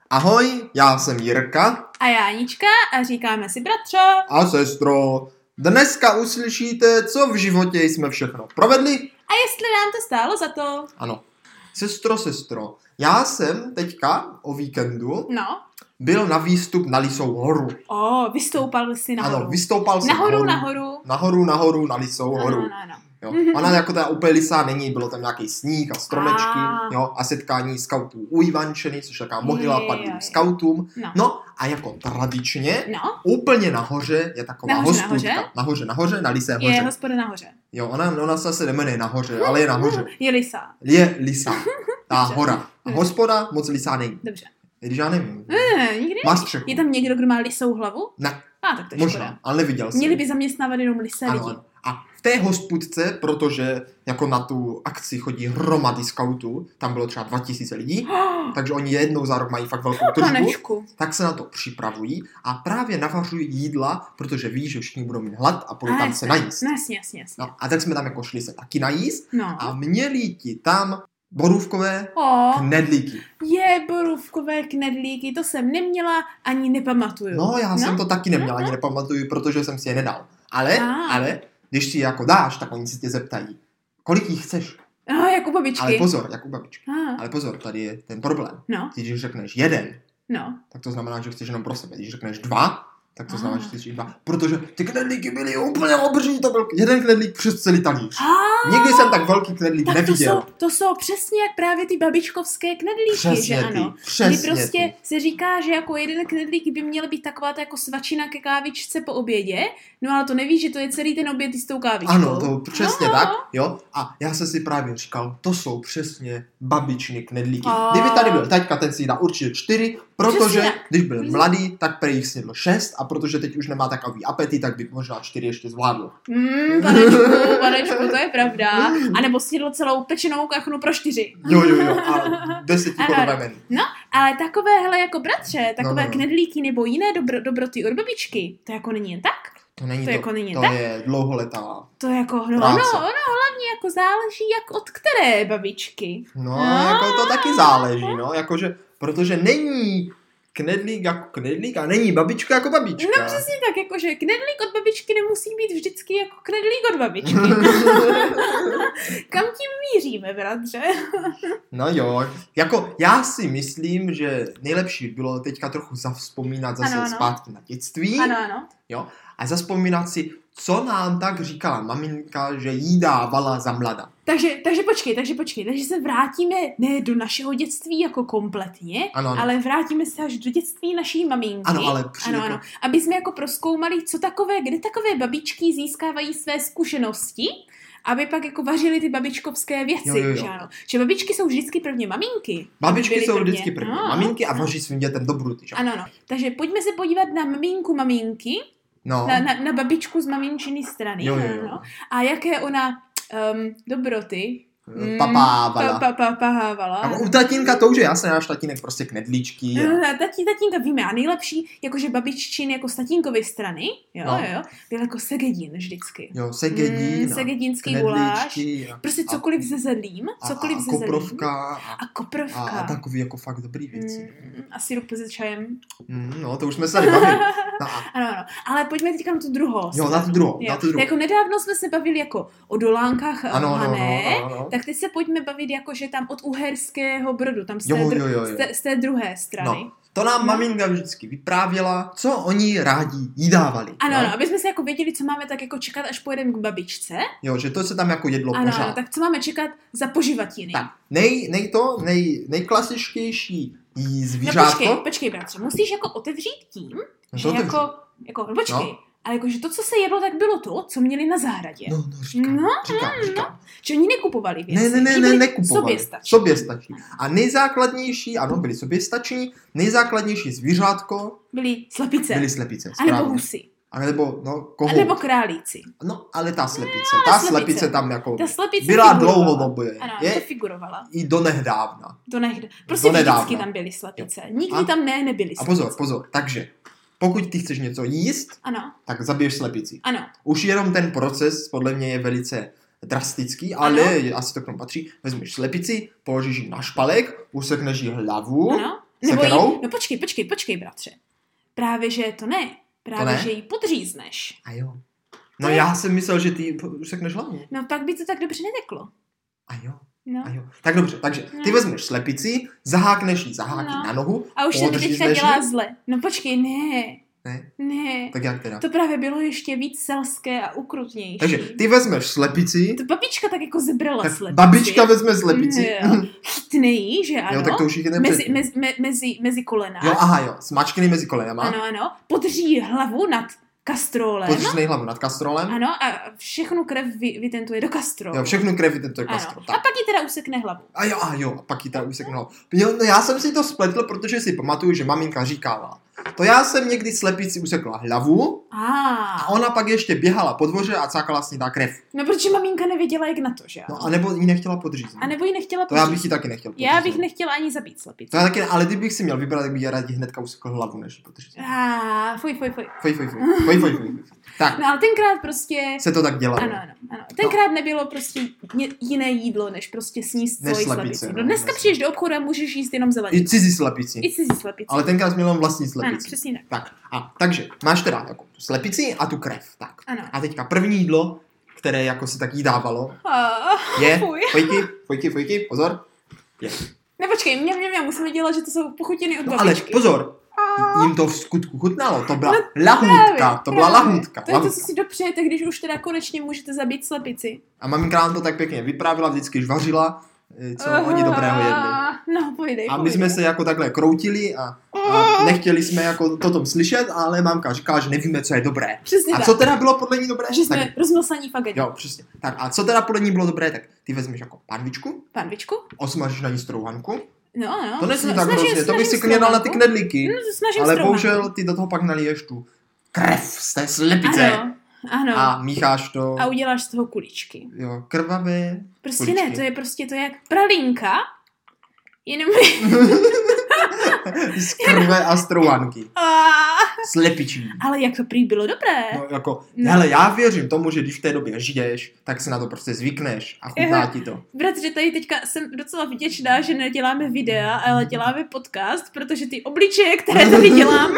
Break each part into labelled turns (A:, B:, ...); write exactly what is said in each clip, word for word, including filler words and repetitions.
A: Ahoj, já jsem Jirka.
B: A já Anička a říkáme si bratře.
A: A sestro. Dneska uslyšíte, co v životě jsme všechno provedli.
B: A jestli nám to stálo za to.
A: Ano. Sestro, sestro, já jsem teďka o víkendu
B: No.
A: byl na výstup na Lisou horu.
B: O, vystoupal jsi nahoru.
A: Ano, vystoupal jsem
B: nahoru.
A: nahoru.
B: Nahoru,
A: Nahoru, nahoru, na Lisou
B: ano,
A: horu.
B: ano, ano.
A: Jo. Ona jako teda úplně lisá není, bylo tam nějaký sníh a stromečky,
B: A.
A: jo, a setkání skautů u Ivančeny, což je taková mohyla
B: Je,
A: padlým
B: je.
A: skautům.
B: No.
A: No a jako tradičně,
B: No,
A: úplně nahoře je taková
B: Nahoře,
A: hospůdka.
B: nahoře?
A: Nahoře, nahoře, na Lisé hoře.
B: je hospoda nahoře.
A: Jo, ona, ona se asi nemenuje nahoře, ale je nahoře.
B: Je lisa.
A: Je Lisa, ta
B: Dobře.
A: hora. A
B: Dobře.
A: hospoda moc lisá není.
B: Dobře.
A: I když já nevím.
B: Ne, nikdy
A: Má
B: ne.
A: střechu.
B: Je tam někdo, kdo má lisou hlavu?
A: Ne,
B: A tak to je
A: možná,
B: škoda.
A: ale neviděl jsem.
B: Měli by zaměstnávat jenom lisé
A: Ano,
B: lidi.
A: ano. A v té hospůdce, protože jako na tu akci chodí hromady skautů, tam bylo třeba dva tisíce lidí, takže oni jednou za rok mají fakt velkou tržbu,
B: Panečku.
A: tak se na to připravují a právě navařují jídla, protože ví, že všichni budou mít hlad a půjdou
B: A
A: tam
B: jasně.
A: se najíst.
B: No, jasně, jasně, jasně.
A: No, a tak jsme tam jako šli se taky najíst
B: No.
A: a měli ti tam borůvkové
B: O,
A: knedlíky.
B: je borůvkové knedlíky, to jsem neměla, ani nepamatuju.
A: No, já
B: no?
A: jsem to taky neměl,
B: no,
A: ani nepamatuju, protože jsem si je nedal. Ale,
B: A.
A: ale, když si je jako dáš, tak oni se tě zeptají, kolik jich chceš.
B: No, jako babičky.
A: Ale pozor, jak u babičky.
B: A,
A: Ale pozor, tady je ten problém.
B: no,
A: Ty, když řekneš jeden,
B: no.
A: tak to znamená, že chceš jenom pro sebe. Když řekneš dva, tak to
B: Ah.
A: znamená, že chceš dva. Protože ty knedlíky byly úplně obří, to byl jeden knedlík přes celý talíř.
B: A,
A: Nikdy jsem tak velký knedlík
B: tak to
A: neviděl.
B: jsou, to jsou přesně jak právě ty babičkovské knedlíky,
A: Přesně
B: že
A: ty,
B: ano.
A: přesně
B: Kdy prostě
A: ty.
B: se říká, že jako jeden knedlík by měl být taková ta jako svačina ke kávičce po obědě, no ale to nevíš, že to je celý ten oběd i s tou kávičkou.
A: Ano, to přesně
B: No.
A: tak, jo. A já jsem si právě říkal, to jsou přesně babičiny knedlíky.
B: A.
A: Kdyby tady byl taťka, ten si dá určitě čtyři, protože
B: Přesně tak.
A: když byl
B: Přesně.
A: mladý, tak prý jich snědl šest a protože teď už nemá takový apetit, tak by možná čtyři ještě zvládl.
B: Mm, panečku, panečku, to je pravda. A nebo snědl celou pečenou kachnu pro čtyři.
A: Jo, jo, jo, a desetikorové menu.
B: No, ale takové, hele, jako bratře, takové
A: No, no, no.
B: knedlíky nebo jiné dobro, dobroty od babičky, to jako není jen tak.
A: To není
B: To
A: to,
B: jako není
A: to
B: tak?
A: je dlouholetá.
B: To jako, no, no,
A: Práce.
B: no, hlavně jako záleží jak od které babičky.
A: No,
B: No.
A: jako to taky záleží, no, jakože, protože není knedlík jako knedlík a není babička jako babička.
B: No přesně tak, jakože knedlík od babičky nemusí být vždycky jako knedlík od babičky. Kam tím míříme, bratře?
A: No jo, jako já si myslím, že nejlepší bylo teďka trochu zavzpomínat zase
B: Ano, ano.
A: zpátky na dětství,
B: Ano, ano.
A: jo, a zavzpomínat si, co nám tak říkala maminka, že jí dávala za mlada.
B: Takže, takže počkej, takže počkej, takže se vrátíme ne do našeho dětství jako kompletně,
A: Ano, ano.
B: ale vrátíme se až do dětství naší maminky.
A: Ano, ale při-
B: ano, ano. Aby jsme jako prozkoumali, co takové, kde takové babičky získávají své zkušenosti, aby pak jako vařili ty babičkovské věci,
A: Jo, jo, jo.
B: že ano. Že babičky jsou vždycky prvně maminky.
A: Babičky
B: Byly
A: jsou
B: prvně.
A: vždycky první
B: No,
A: maminky a
B: no.
A: vaří svým dětem dobruty, že?
B: Ano, ano. Takže pojďme se podívat na maminku maminky,
A: No,
B: na, na, na babičku z maminčiny strany.
A: Jo, jo, jo.
B: Ano. A jaké ona um, dobroty mm,
A: papávala.
B: Pa, pa, pa, pahávala.
A: A u tatínka to už je jasné, náš tatínek prostě knedlíčky.
B: No,
A: A...
B: no, tatí, tatínka víme. A nejlepší, jakože babiččin jako z tatínkovy strany, jo,
A: No.
B: jo, byl jako segedin vždycky.
A: Jo, segedín,
B: Mm,
A: a
B: segedinský guláš.
A: knedlíčky a,
B: Prostě cokoliv ze zedlím,
A: a,
B: cokoliv
A: a
B: ze zedlím.
A: koprovka a,
B: A koprovka.
A: a, a takový jako fakt dobrý věci.
B: Mm, a sirup s čajem.
A: Mm, no, to už jsme se tady bavili. No a,
B: Ano, ano. Ale pojďme teďka na tu druhou.
A: jo, na tu druhou,
B: Jo.
A: na tu druhou.
B: Jako nedávno jsme se bavili jako o dolánkách
A: Ano, ano,
B: Hané,
A: ano, ano, ano.
B: tak teď se pojďme bavit jako, že tam od Uherského Brodu, tam z té,
A: Jo,
B: dru-
A: jo, jo, jo.
B: Z, té, z té druhé strany.
A: No, to nám
B: No.
A: maminka vždycky vyprávěla, co oni rádi jí dávali.
B: Ano,
A: jo?
B: ano, aby jsme se jako věděli, co máme tak jako čekat, až pojedeme k babičce.
A: Jo, že to se tam jako jedlo
B: Ano,
A: pořád.
B: ano, tak co máme čekat za poživatiny?
A: Tak, nej, nej to, nej, nejklasičtější jí
B: No
A: zvířátko.
B: počkej, počkej, bratře, musíš jako otevřít tím,
A: No,
B: že
A: to otevřu.
B: jako, jako, no počkej,
A: No.
B: ale jako, že to, co se jedlo, tak bylo to, co měli na zahradě.
A: No, no, říkám,
B: No,
A: říkám,
B: no,
A: říkám.
B: Že oni nekupovali věci.
A: Ne, ne, ne,
B: že
A: ne,
B: byli
A: nekupovali.
B: Soběstační.
A: Soběstační. A nejzákladnější, ano, byli soběstační, nejzákladnější zvířátko
B: Byli slepice.
A: byli slepice.
B: A nebo
A: správně.
B: husy.
A: A nebo, no,
B: A
A: koho?
B: nebo králíci.
A: No, ale ta slepice,
B: No,
A: ta
B: slepice.
A: slepice tam jako
B: Ta slepice
A: byla
B: figurovala.
A: dlouhodobě.
B: Ano,
A: Je
B: to figurovala.
A: i donedávna.
B: To nehde. Prostě
A: Do nedávna.
B: vždycky tam byly slepice. Nikdy
A: A-
B: tam ne, nebyly
A: A
B: slepice.
A: pozor, pozor, takže pokud ty chceš něco jíst,
B: Ano,
A: tak zabiješ slepici.
B: ano.
A: Už jenom ten proces podle mě je velice drastický, ale je, asi to k tomu patří. Vezmeš slepici, položíš ji na špalek, usekneš jí hlavu,
B: Ano. Nebo jí,
A: Sekerou?
B: no počkej, počkej, počkej, bratře. Právě, že to ne. Právě,
A: To ne?
B: že ji podřízneš.
A: A jo. No
B: To je-
A: já jsem myslel, že ty usekneš hlavu.
B: No pak by to tak dobře neteklo.
A: A jo.
B: No.
A: A jo. Tak dobře, takže ty
B: No.
A: vezmeš slepici, zahákneš jí zaháky
B: No.
A: na nohu,
B: A už se to
A: odřízneš
B: teďka dělá
A: ji.
B: zle. No počkej, ne.
A: Ne?
B: Ne.
A: Tak jak teda?
B: To právě bylo ještě víc selské a ukrutnější.
A: Takže ty vezmeš slepici,
B: To babička tak jako zebrala
A: tak
B: slepici.
A: babička vezme slepici.
B: Jo. Chytne jí, že ano.
A: Jo, tak to už chytne
B: mezi,
A: předtím.
B: mezi, me, mezi, mezi kolena.
A: Jo, aha, jo, smačkny mezi kolenama,
B: Ano, ano. Podří hlavu nad kastrolem.
A: podříznej hlavu nad kastrolem,
B: Ano, a všechnu krev vy, vytentuje do kastrolu.
A: jo, všechnu krev je tento
B: Ano.
A: kastrol.
B: A
A: Tak.
B: pak jí teda usekne hlavu.
A: A jo, a jo, a pak jí teda usekne hlavu. Jo, no já jsem si to spletl, protože si pamatuju, že maminka říkávala. To já jsem někdy slepici usekla hlavu
B: A,
A: a ona pak ještě běhala po dvoře a cákala s ní ta krev.
B: no protože maminka nevěděla, jak na to, že
A: No
B: ano?
A: a nebo jí nechtěla podřízt.
B: A nebo jí nechtěla
A: To já bych
B: podřízt.
A: ji taky nechtěl podřízt.
B: Já bych nechtěla ani zabít slepici.
A: To já taky, ne, ale kdybych si měl vybrat, tak bych raději hnedka usekl hlavu, než ji podřízt.
B: A, fuj, fuj, fuj.
A: Foj, foj, foj, foj, foj, foj. Tak,
B: No ale tenkrát prostě...
A: se to tak dělalo.
B: Ano, ano, ano. Tenkrát nebylo prostě ně- jiné jídlo, než prostě sníst
A: Než
B: svoji
A: slepice,
B: slepici.
A: no,
B: No dneska
A: jasně.
B: přijdeš do obchodu a můžeš jíst jenom
A: I
B: zeleninu.
A: cizí slepici.
B: I cizí slepici.
A: Ale tenkrát jsme měli jenom vlastní
B: Ano,
A: slepici.
B: přesně tak.
A: Tak, a takže máš teda jako tu slepici a tu krev. Tak.
B: Ano.
A: A teďka první jídlo, které jako se tak jídávalo,
B: Ah,
A: je,
B: fuj.
A: fojky, fojky, fojky, pozor, je.
B: Ne, počkej, mě, mě, mě, musíme dělat, že to jsou pochutiny od
A: No ale
B: babičky.
A: pozor,
B: Ah.
A: jim to v skutku chutnalo, to byla
B: No,
A: lahůdka,
B: právě,
A: to byla
B: právě.
A: lahůdka.
B: To je to,
A: lahůdka.
B: co si dopřejete, když už teda konečně můžete zabít slepici.
A: A maminka nám to tak pěkně vyprávila, vždycky žvařila, eh, co oni dobrého jedli.
B: No, pojdej,
A: A my
B: pojdej.
A: jsme se jako takhle kroutili a, a nechtěli jsme jako to tom slyšet, ale mamka říkala, že nevíme, co je dobré.
B: Přesně
A: A
B: tak.
A: co teda bylo podle ní dobré?
B: Že jsme
A: Tak,
B: rozmlsaní fageti.
A: jo, přesně. Tak a co teda podle ní bylo dobré, tak ty vezmeš jako panvičku,
B: Panvičku?
A: osmažíš na ní strouhanku.
B: No, ano.
A: To nesmí
B: Sna-
A: tak
B: snažím-
A: hrozně, to bych si
B: snažím
A: klidně dal na ty
B: strouhanku.
A: knedlíky.
B: No, to snažím
A: Ale
B: strouhanku.
A: bohužel ty do toho pak naliješ tu krev z té slepice.
B: Ano, ano.
A: A mícháš to,
B: A uděláš z toho kuličky.
A: jo, krvavé.
B: Prostě
A: kuličky.
B: ne, to je prostě to je jak pralinka, jenom...
A: Z krve a strouhanky.
B: Ah,
A: Slepičí.
B: ale jak to prý bylo dobré.
A: No jako,
B: No.
A: hele, já věřím tomu, že když v té době žiješ, tak si na to prostě zvykneš a chutná
B: Jo.
A: ti to.
B: Bratře, tady teďka jsem docela vděčná, že neděláme videa, ale děláme podcast, protože ty obličeje, které tady dělám,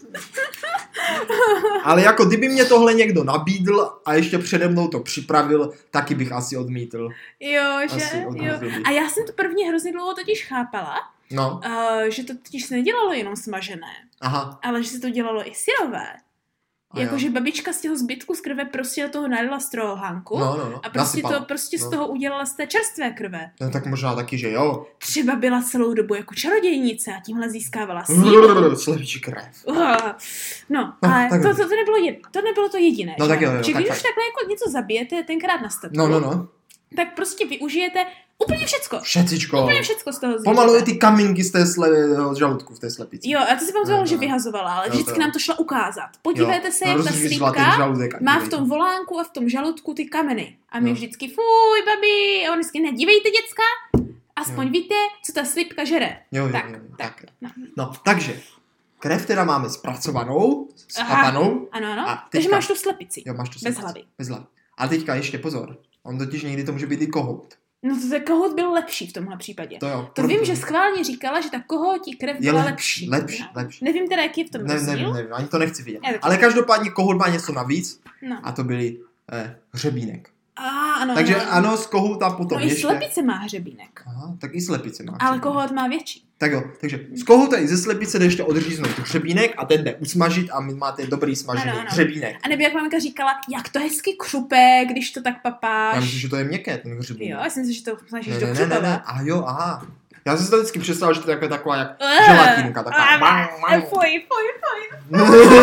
A: Ale jako kdyby mě tohle někdo nabídl a ještě přede mnou to připravil, taky bych asi odmítl.
B: jo, že,
A: Asi od
B: jo.
A: hrozby.
B: A já jsem to prvně hrozně dlouho totiž chápala,
A: No,
B: uh, že to totiž se nedělalo jenom smažené,
A: aha.
B: ale že se to dělalo i syrové.
A: A jo.
B: Jakože babička z toho zbytku z krve prostě do toho nalila strohánku
A: No, no, no.
B: a prostě
A: nasypala.
B: to prostě
A: no.
B: z toho udělala z té čerstvé krve.
A: No tak možná taky, že jo.
B: Třeba byla celou dobu jako čarodějnice a tímhle získávala sílu.
A: Slepičí krev.
B: Uh, no,
A: No,
B: ale
A: tak
B: to,
A: dobře.
B: to, to, nebylo jed, to nebylo to jediné.
A: No
B: že
A: tak jo,
B: ano?
A: jo,
B: Že
A: tak
B: když
A: tak.
B: už takhle jako něco zabijete tenkrát na statku,
A: No, no, no.
B: tak prostě využijete úplně všecko.
A: Všecičko.
B: Úplně všecko z toho zvířete.
A: Pomalu i ty kamínky z té sle, žaludku v té slepici.
B: Jo, a to si pamatuju,
A: No,
B: že
A: no.
B: vyhazovala, ale
A: Jo,
B: vždycky
A: to jo.
B: nám to šla ukázat. Podívejte se,
A: No,
B: jak ta
A: rozřízla ten
B: slípka
A: žaludek, ať
B: má v
A: dívejte.
B: tom volánku a v tom žaludku ty kameny. A my
A: Jo.
B: vždycky, fuj, babi, a on vždycky, nedívejte, děcka, aspoň
A: Jo.
B: víte, co ta slípka žere.
A: Jo, jo,
B: Tak,
A: jo, jo,
B: tak.
A: tak.
B: No.
A: No, takže, krev teda máme zpracovanou,
B: Aha.
A: spapanou.
B: Ano, ano.
A: A
B: Takže
A: teďka-
B: máš tu slepici.
A: Jo, máš to
B: Bez
A: slepici.
B: hlavy.
A: Bez hlavy. A teďka ještě pozor. On totiž někdy to může být i kohout.
B: No to ten kohout byl lepší v tomhle případě.
A: To jo.
B: To
A: proto-
B: vím, že schválně říkala, že ta kohoutí krev
A: je
B: byla
A: lepší,
B: lepší.
A: lepší,
B: No.
A: lepší.
B: Nevím teda, jaký je v tom
A: Ne,
B: rozdíl.
A: nevím, nevím, ani to nechci vidět.
B: Já taky.
A: Ale každopádně kohout má něco navíc
B: No.
A: a to byly eh, hřebínek.
B: A, ano,
A: Takže
B: ano.
A: ano, z kohouta potom
B: No i
A: ještě.
B: slepice má hřebínek.
A: Aha, tak i slepice má.
B: Ale
A: hřebínek.
B: kohout má větší.
A: Tak jo, takže z kohouta i ze slepice jde ještě odříznout hřebínek a ten jde usmažit a my máte dobrý smažený
B: Ano, ano.
A: hřebínek.
B: A nebo jak maminka říkala, jak to hezky křupe, když to tak papáš.
A: Já myslím, že to je měkké, ten hřebínek.
B: Jo, já si myslím, že to snažíš
A: ne,
B: do
A: ne, ne, ne,
B: křupava.
A: ne, a jo, aha. Já jsem si to vždycky představil, že to je taková, taková jak
B: Eh,
A: želatinka, taková.
B: eh, Fuj, fuj, fuj.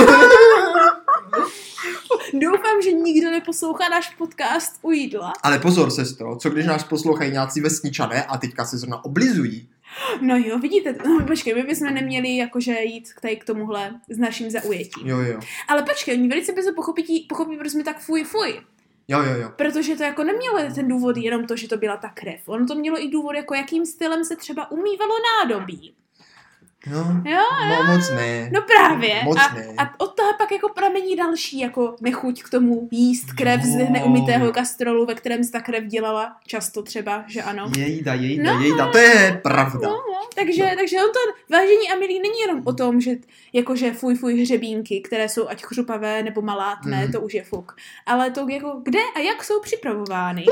B: Doufám, že nikdo neposlouchá náš podcast u jídla.
A: Ale pozor, sestro, co když nás poslouchají nějací vesničané a teďka se zrovna oblizují?
B: No jo, vidíte, no, počkej, my bychom neměli jakože jít k, tady k tomuhle s naším zaujetím.
A: Jo, jo,
B: Ale počkej, oni velice brzo pochopí, pochopí, proč jsme tak fuj, fuj.
A: jo, jo, jo.
B: Protože to jako nemělo ten důvod jenom to, že to byla ta krev. Ono to mělo i důvod, jako jakým stylem se třeba umývalo nádobí.
A: Jo,
B: Jo,
A: mo- moc ne.
B: No právě.
A: Moc
B: A,
A: ne.
B: a od toho pak jako pramení další jako nechuť k tomu jíst krev z neumytého kastrolu, ve kterém se ta krev dělala často třeba, že ano.
A: Jejda, jejda, no, jejda, to je pravda.
B: No, no, takže, no. takže on to vážení a milí není jenom o tom, že jakože fuj fuj hřebínky, které jsou ať chřupavé nebo malátné, mm. to už je fuk. Ale to jako kde a jak jsou připravovány.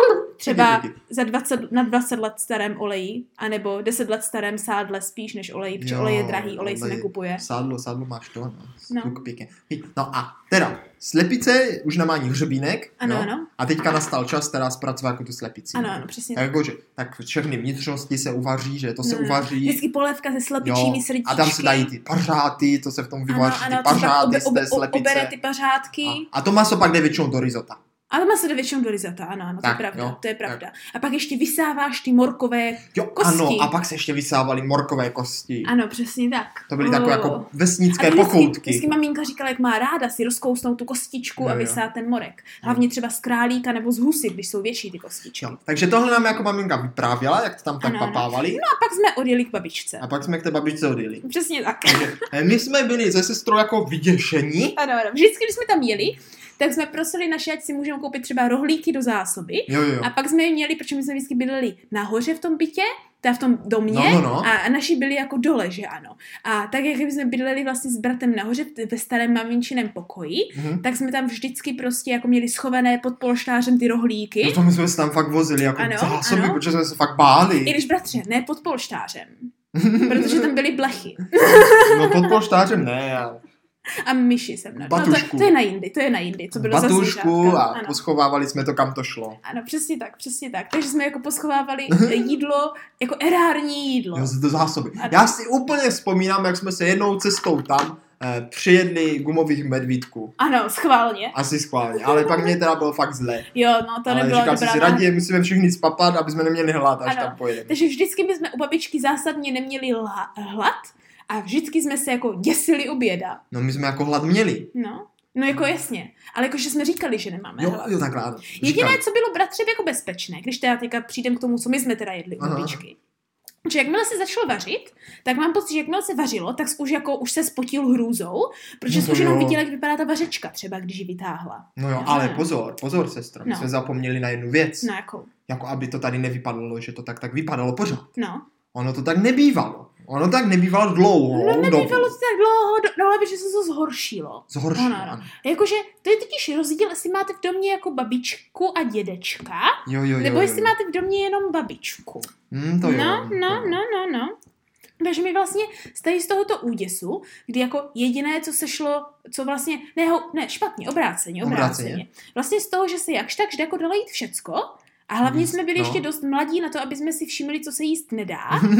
B: Třeba za dvacet, na dvacet let starém oleji, anebo deset let starém sádle spíš než olej, protože olej je drahý, olej se nekupuje.
A: Sádlo, sádlo máš to, no. No. Pěkně. No a teda, slepice už nemá ani hřebínek,
B: ano,
A: no?
B: ano.
A: A teďka nastal čas teda zpracovat jako tu slepici.
B: Ano,
A: no?
B: ano, přesně
A: tak.
B: tak.
A: Jako, že, tak všechny vnitřnosti se uvaří, že to se
B: no, no.
A: uvaří.
B: Vždycky polévka se slepičími srdíčky.
A: A tam se dají ty pařáty, to se v tom vyvaří,
B: ano, ano,
A: ty pařáty
B: obe,
A: z té slepice.
B: Obere ty pařátky.
A: A, a to maso pak jde většinou do risota.
B: Ale má se jde většinou do risata, ano, ano,
A: tak,
B: to je pravda,
A: jo,
B: to je pravda.
A: tak.
B: A pak ještě vysáváš ty morkové
A: jo,
B: kosti.
A: Ano, a pak se ještě vysávaly morkové kosti.
B: Ano, přesně tak.
A: To byly oh. takové jako vesnické
B: vždycky,
A: pochoutky.
B: Vždycky maminka říkala, jak má ráda si rozkousnout tu kostičku jo, a vysát ten morek. Hlavně třeba z králíka nebo z husy, když jsou větší ty kostičky.
A: Jo, takže tohle nám jako maminka vyprávěla, jak to tam tak ano, papávali.
B: No a pak jsme odjeli k babičce.
A: A pak jsme k té babičce odjeli.
B: Přesně tak.
A: Takže my jsme byli se sestrou jako vyděšení.
B: Ano, ano. Vždycky, když jsme tam jeli, tak jsme prosili naše, ať si můžeme koupit třeba rohlíky do zásoby.
A: Jo, jo.
B: A pak jsme je měli, protože my jsme vždycky bydleli nahoře v tom bytě, teda v tom domě,
A: no, no, no.
B: a naši byli jako dole, že ano. A tak, jak jsme bydleli vlastně s bratem nahoře ve starém maminčinem pokoji, mm-hmm. tak jsme tam vždycky prostě jako měli schované pod polštářem ty rohlíky.
A: No to my jsme se tam fakt vozili jako
B: ano,
A: zásoby,
B: ano.
A: protože jsme se fakt báli.
B: I když bratře, ne pod polštářem, protože tam byly blechy.
A: No pod polštářem ne, ale...
B: A myši jsem na...
A: Batušku.
B: No to, to je na jindy, to je na jindy, co bylo
A: Batušku
B: za
A: a ano. Poschovávali jsme to, kam to šlo.
B: Ano, přesně tak, přesně tak. Takže jsme jako poschovávali jídlo, jako erární jídlo.
A: Jo, do zásoby. Ano. Já si úplně vzpomínám, jak jsme se jednou cestou tam eh, přijedli gumových medvídků.
B: Ano, schválně.
A: Asi schválně, ale pak mě teda bylo fakt zle.
B: Jo, no to
A: ale
B: nebylo
A: dobrá. Ale říkám si, raději musíme všichni spapat, aby jsme neměli hlad, až ano. tam pojedeme.
B: Takže vždycky bychom u babičky zásadně neměli lha- hlad, a vždycky jsme se jako děsili oběda.
A: No my jsme jako hlad měli.
B: No, no jako jasně. Ale jakože jsme říkali, že nemáme
A: jo,
B: hlad.
A: Jo, takhle. Ano.
B: Jediné, co bylo bratře jako bezpečné, když teda teďka přijdem k tomu, co my jsme teda jedli u babičky. Že jakmile se začalo vařit, tak mám pocit, že jakmile se vařilo, tak už jako už se spotil hrůzou, protože
A: no
B: jsi už jenom viděla, jak vypadá ta vařečka třeba, když ji vytáhla.
A: No jo, ale pozor, pozor, sestro, my
B: no.
A: jsme zapomněli na jednu věc.
B: No jakou?
A: Jako aby to tady nevypadalo, že to tak tak vypadalo pořád.
B: No.
A: Ono to tak nebývalo. Ono tak nebývalo dlouho.
B: No nebývalo to tak dlouho, no ale že se to zhoršilo.
A: Zhoršilo,
B: no, no, no. Jakože to je totiž rozdíl, jestli máte v domě jako babičku a dědečka,
A: jo, jo, jo,
B: nebo
A: jo,
B: jestli
A: jo.
B: máte v domě jenom babičku.
A: Hmm, to jo.
B: No, no, no, no, no. Takže mi vlastně stají z tohoto úděsu, kdy jako jediné, co se šlo, co vlastně, ne, ne špatně, obráceně, obráceně. obráceně. Vlastně z toho, že se jakž tak jde jako dalo jít všecko, a hlavně jsme byli no. ještě dost mladí na to, aby jsme si všimli, co se jíst nedá.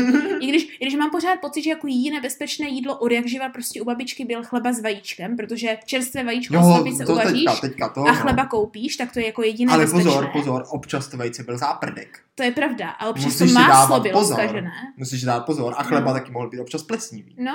B: I když, I když mám pořád pocit, že jako jediné bezpečné jídlo od jak živa prostě u babičky byl chleba s vajíčkem, protože čerstvé vajíčko jo, slepice uvaříš teďka, teďka to, a chleba no. koupíš, tak to je jako jediné
A: ale
B: bezpečné.
A: Ale pozor, pozor, občas to vejce byl záprdek.
B: To je pravda, a občas
A: musíš
B: to máslo bylo
A: pozor.
B: zkažené.
A: Musíš dát pozor a chleba
B: no.
A: taky mohl být občas plesnivý.
B: No,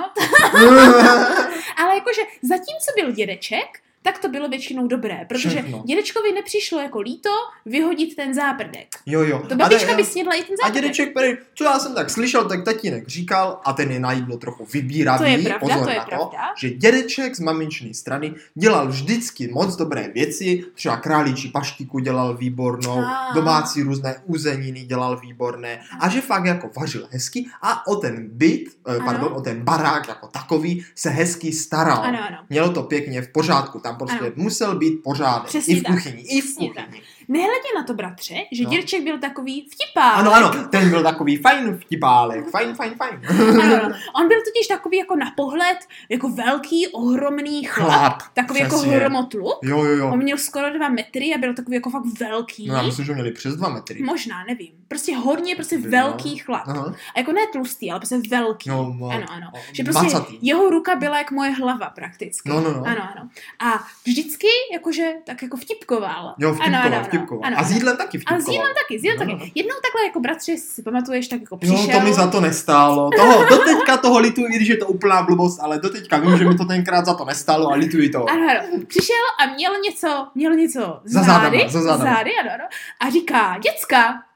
B: ale jakože zatímco byl dědeček, tak to bylo většinou dobré, protože Všechno. dědečkovi nepřišlo jako líto vyhodit ten záprdek.
A: Jo, jo.
B: To babička by snědla i ten záprdek.
A: A dědeček, co já jsem tak slyšel, tak tatínek říkal, a ten je na jídlo trochu vybíravý,
B: to je pravda,
A: pozor
B: to je
A: na to,
B: pravda.
A: že dědeček z maminčné strany dělal vždycky moc dobré věci, třeba králíčí paštiku dělal výbornou, a. domácí různé uzeniny dělal výborné a že fakt jako vařil hezky a o ten byt, eh, pardon, o ten barák jako takový se hezky staral.
B: Ano, ano.
A: Mělo to pěkně v pořádku, tam prostě ano. musel být pořádek.
B: Přesně
A: I v
B: tak.
A: kuchyni, i v
B: Přesně
A: kuchyni.
B: Tak. Nehledě na to, bratře, že
A: no.
B: dědeček byl takový vtipák.
A: Ano, ano, ten byl takový fajn vtipálek, fajn, fajn, fajn.
B: Ano, ano. On byl totiž takový jako na pohled, jako velký, ohromný chlap. chlap takový přesně. Jako hromotlup.
A: Jo, jo, jo.
B: On měl skoro dva metry a byl takový jako fakt velký.
A: No já myslím, že měli přes dva metry.
B: Možná, nevím. Prostě hodně, prostě no. velký chlap.
A: Aha.
B: A jako ne tlustý, ale prostě velký.
A: No, no.
B: Ano, ano. Že prostě
A: macatý.
B: Jeho ruka byla jak moje hlava prakticky.
A: No, no, no.
B: Ano, ano. A vždycky jakože tak jako vtipkoval.
A: Jo, vtipkoval,
B: ano, ano,
A: vtipkoval.
B: Ano,
A: a
B: ano.
A: s jídlem taky vtipkoval.
B: A s jídlem taky, s jídlem
A: no,
B: taky.
A: no.
B: Jednou takhle jako bratře, si pamatuješ, tak jako přišel.
A: Jo, to mi za to nestálo. Toho, doteďka toho lituji, i když je to úplná blbost, ale doteďka vím, že mi to tenkrát za to nestálo a lituji to.
B: Ano, ano. Přišel a měl něco, měl něco
A: za
B: zády,
A: za zádama.
B: zády, ano, ano. A říká, děcka.
A: No, no, no.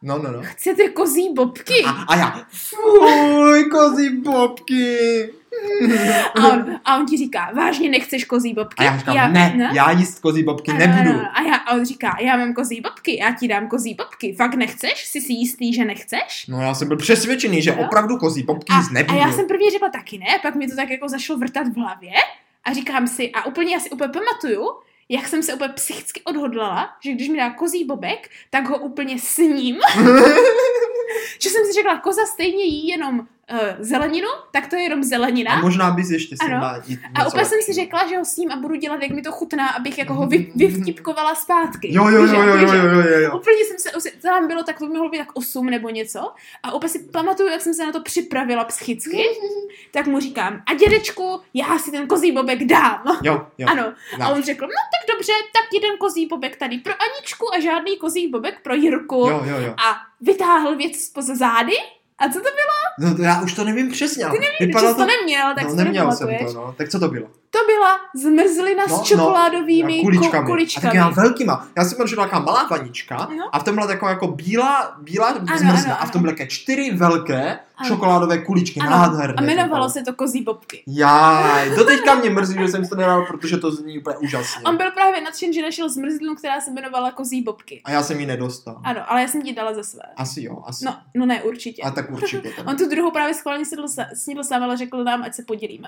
B: chcete kozí bobky?
A: A, a já, fuj, kozí bobky.
B: A on, a on ti říká, vážně nechceš kozí bobky?
A: A já říkám, já, ne, ne, já jíst kozí bobky ano, nebudu. Ano,
B: a, já, a on říká, já mám kozí bobky, já ti dám kozí bobky. Fakt nechceš? Jsi si jistý, že nechceš?
A: No já jsem byl přesvědčený, že no? opravdu kozí bobky jíst nebudu.
B: A já jsem prvně řekla taky ne, pak mi to tak jako zašlo vrtat v hlavě a říkám si, a úplně já si úplně pamatuju, jak jsem se úplně psychicky odhodlala, že když mi dá kozí bobek, tak ho úplně sním. Že jsem si řekla, koza stejně jí jenom uh, zeleninu, tak to je jenom zelenina.
A: A možná bys ještě si dá jít
B: A úplně jsem si řekla, že ho s ním a budu dělat, jak mi to chutná, abych jako ho vy, vyvtipkovala zpátky.
A: Jo, jo, jo, jo, jo, jo, jo, jo.
B: Úplně jsem se, tam bylo tak, to mohlo být tak osm nebo něco. A úplně si pamatuju, jak jsem se na to připravila psychicky. Tak mu říkám, a dědečku, já si ten kozí bobek dám.
A: Jo, jo.
B: Ano. Dáš. A on řekl, no tak dobře, tak jeden kozí bobek tady pro Aničku a žádný kozí bobek pro Jirku.
A: Jo, jo, jo.
B: A vytáhl věc spoza zády. A co to bylo?
A: No to já už to nevím přesně.
B: Ty nevím, že to... to neměl, tak
A: no,
B: si to
A: neměl jsem to, no. Tak co to bylo?
B: To byla zmrzlina no, s čokoládovými no,
A: kuličkami.
B: kuličkami.
A: A taky mám velkýma. Já jsem měl, že taková malá vanička no. a v tom byla taková jako bílá, bílá ano, zmrzlina ano, a v tom byly také čtyři velké ano. čokoládové kuličky.
B: Ano.
A: Nádherné.
B: A jmenovalo se to kozí bobky.
A: Jaj, doteďka mě mrzí, že jsem to nedal, protože to zní úplně úžasně.
B: On byl právě nadšen, že našel zmrzlinu, která se jmenovala kozí bobky.
A: A já jsem ji nedostal.
B: Ano, ale já jsem ti dala za své.
A: Asi jo, asi.
B: No, no ne, určitě.
A: A tak určitě.
B: On tu druhou právě schválně snídl sám, ale řekl nám, ať se podělíme.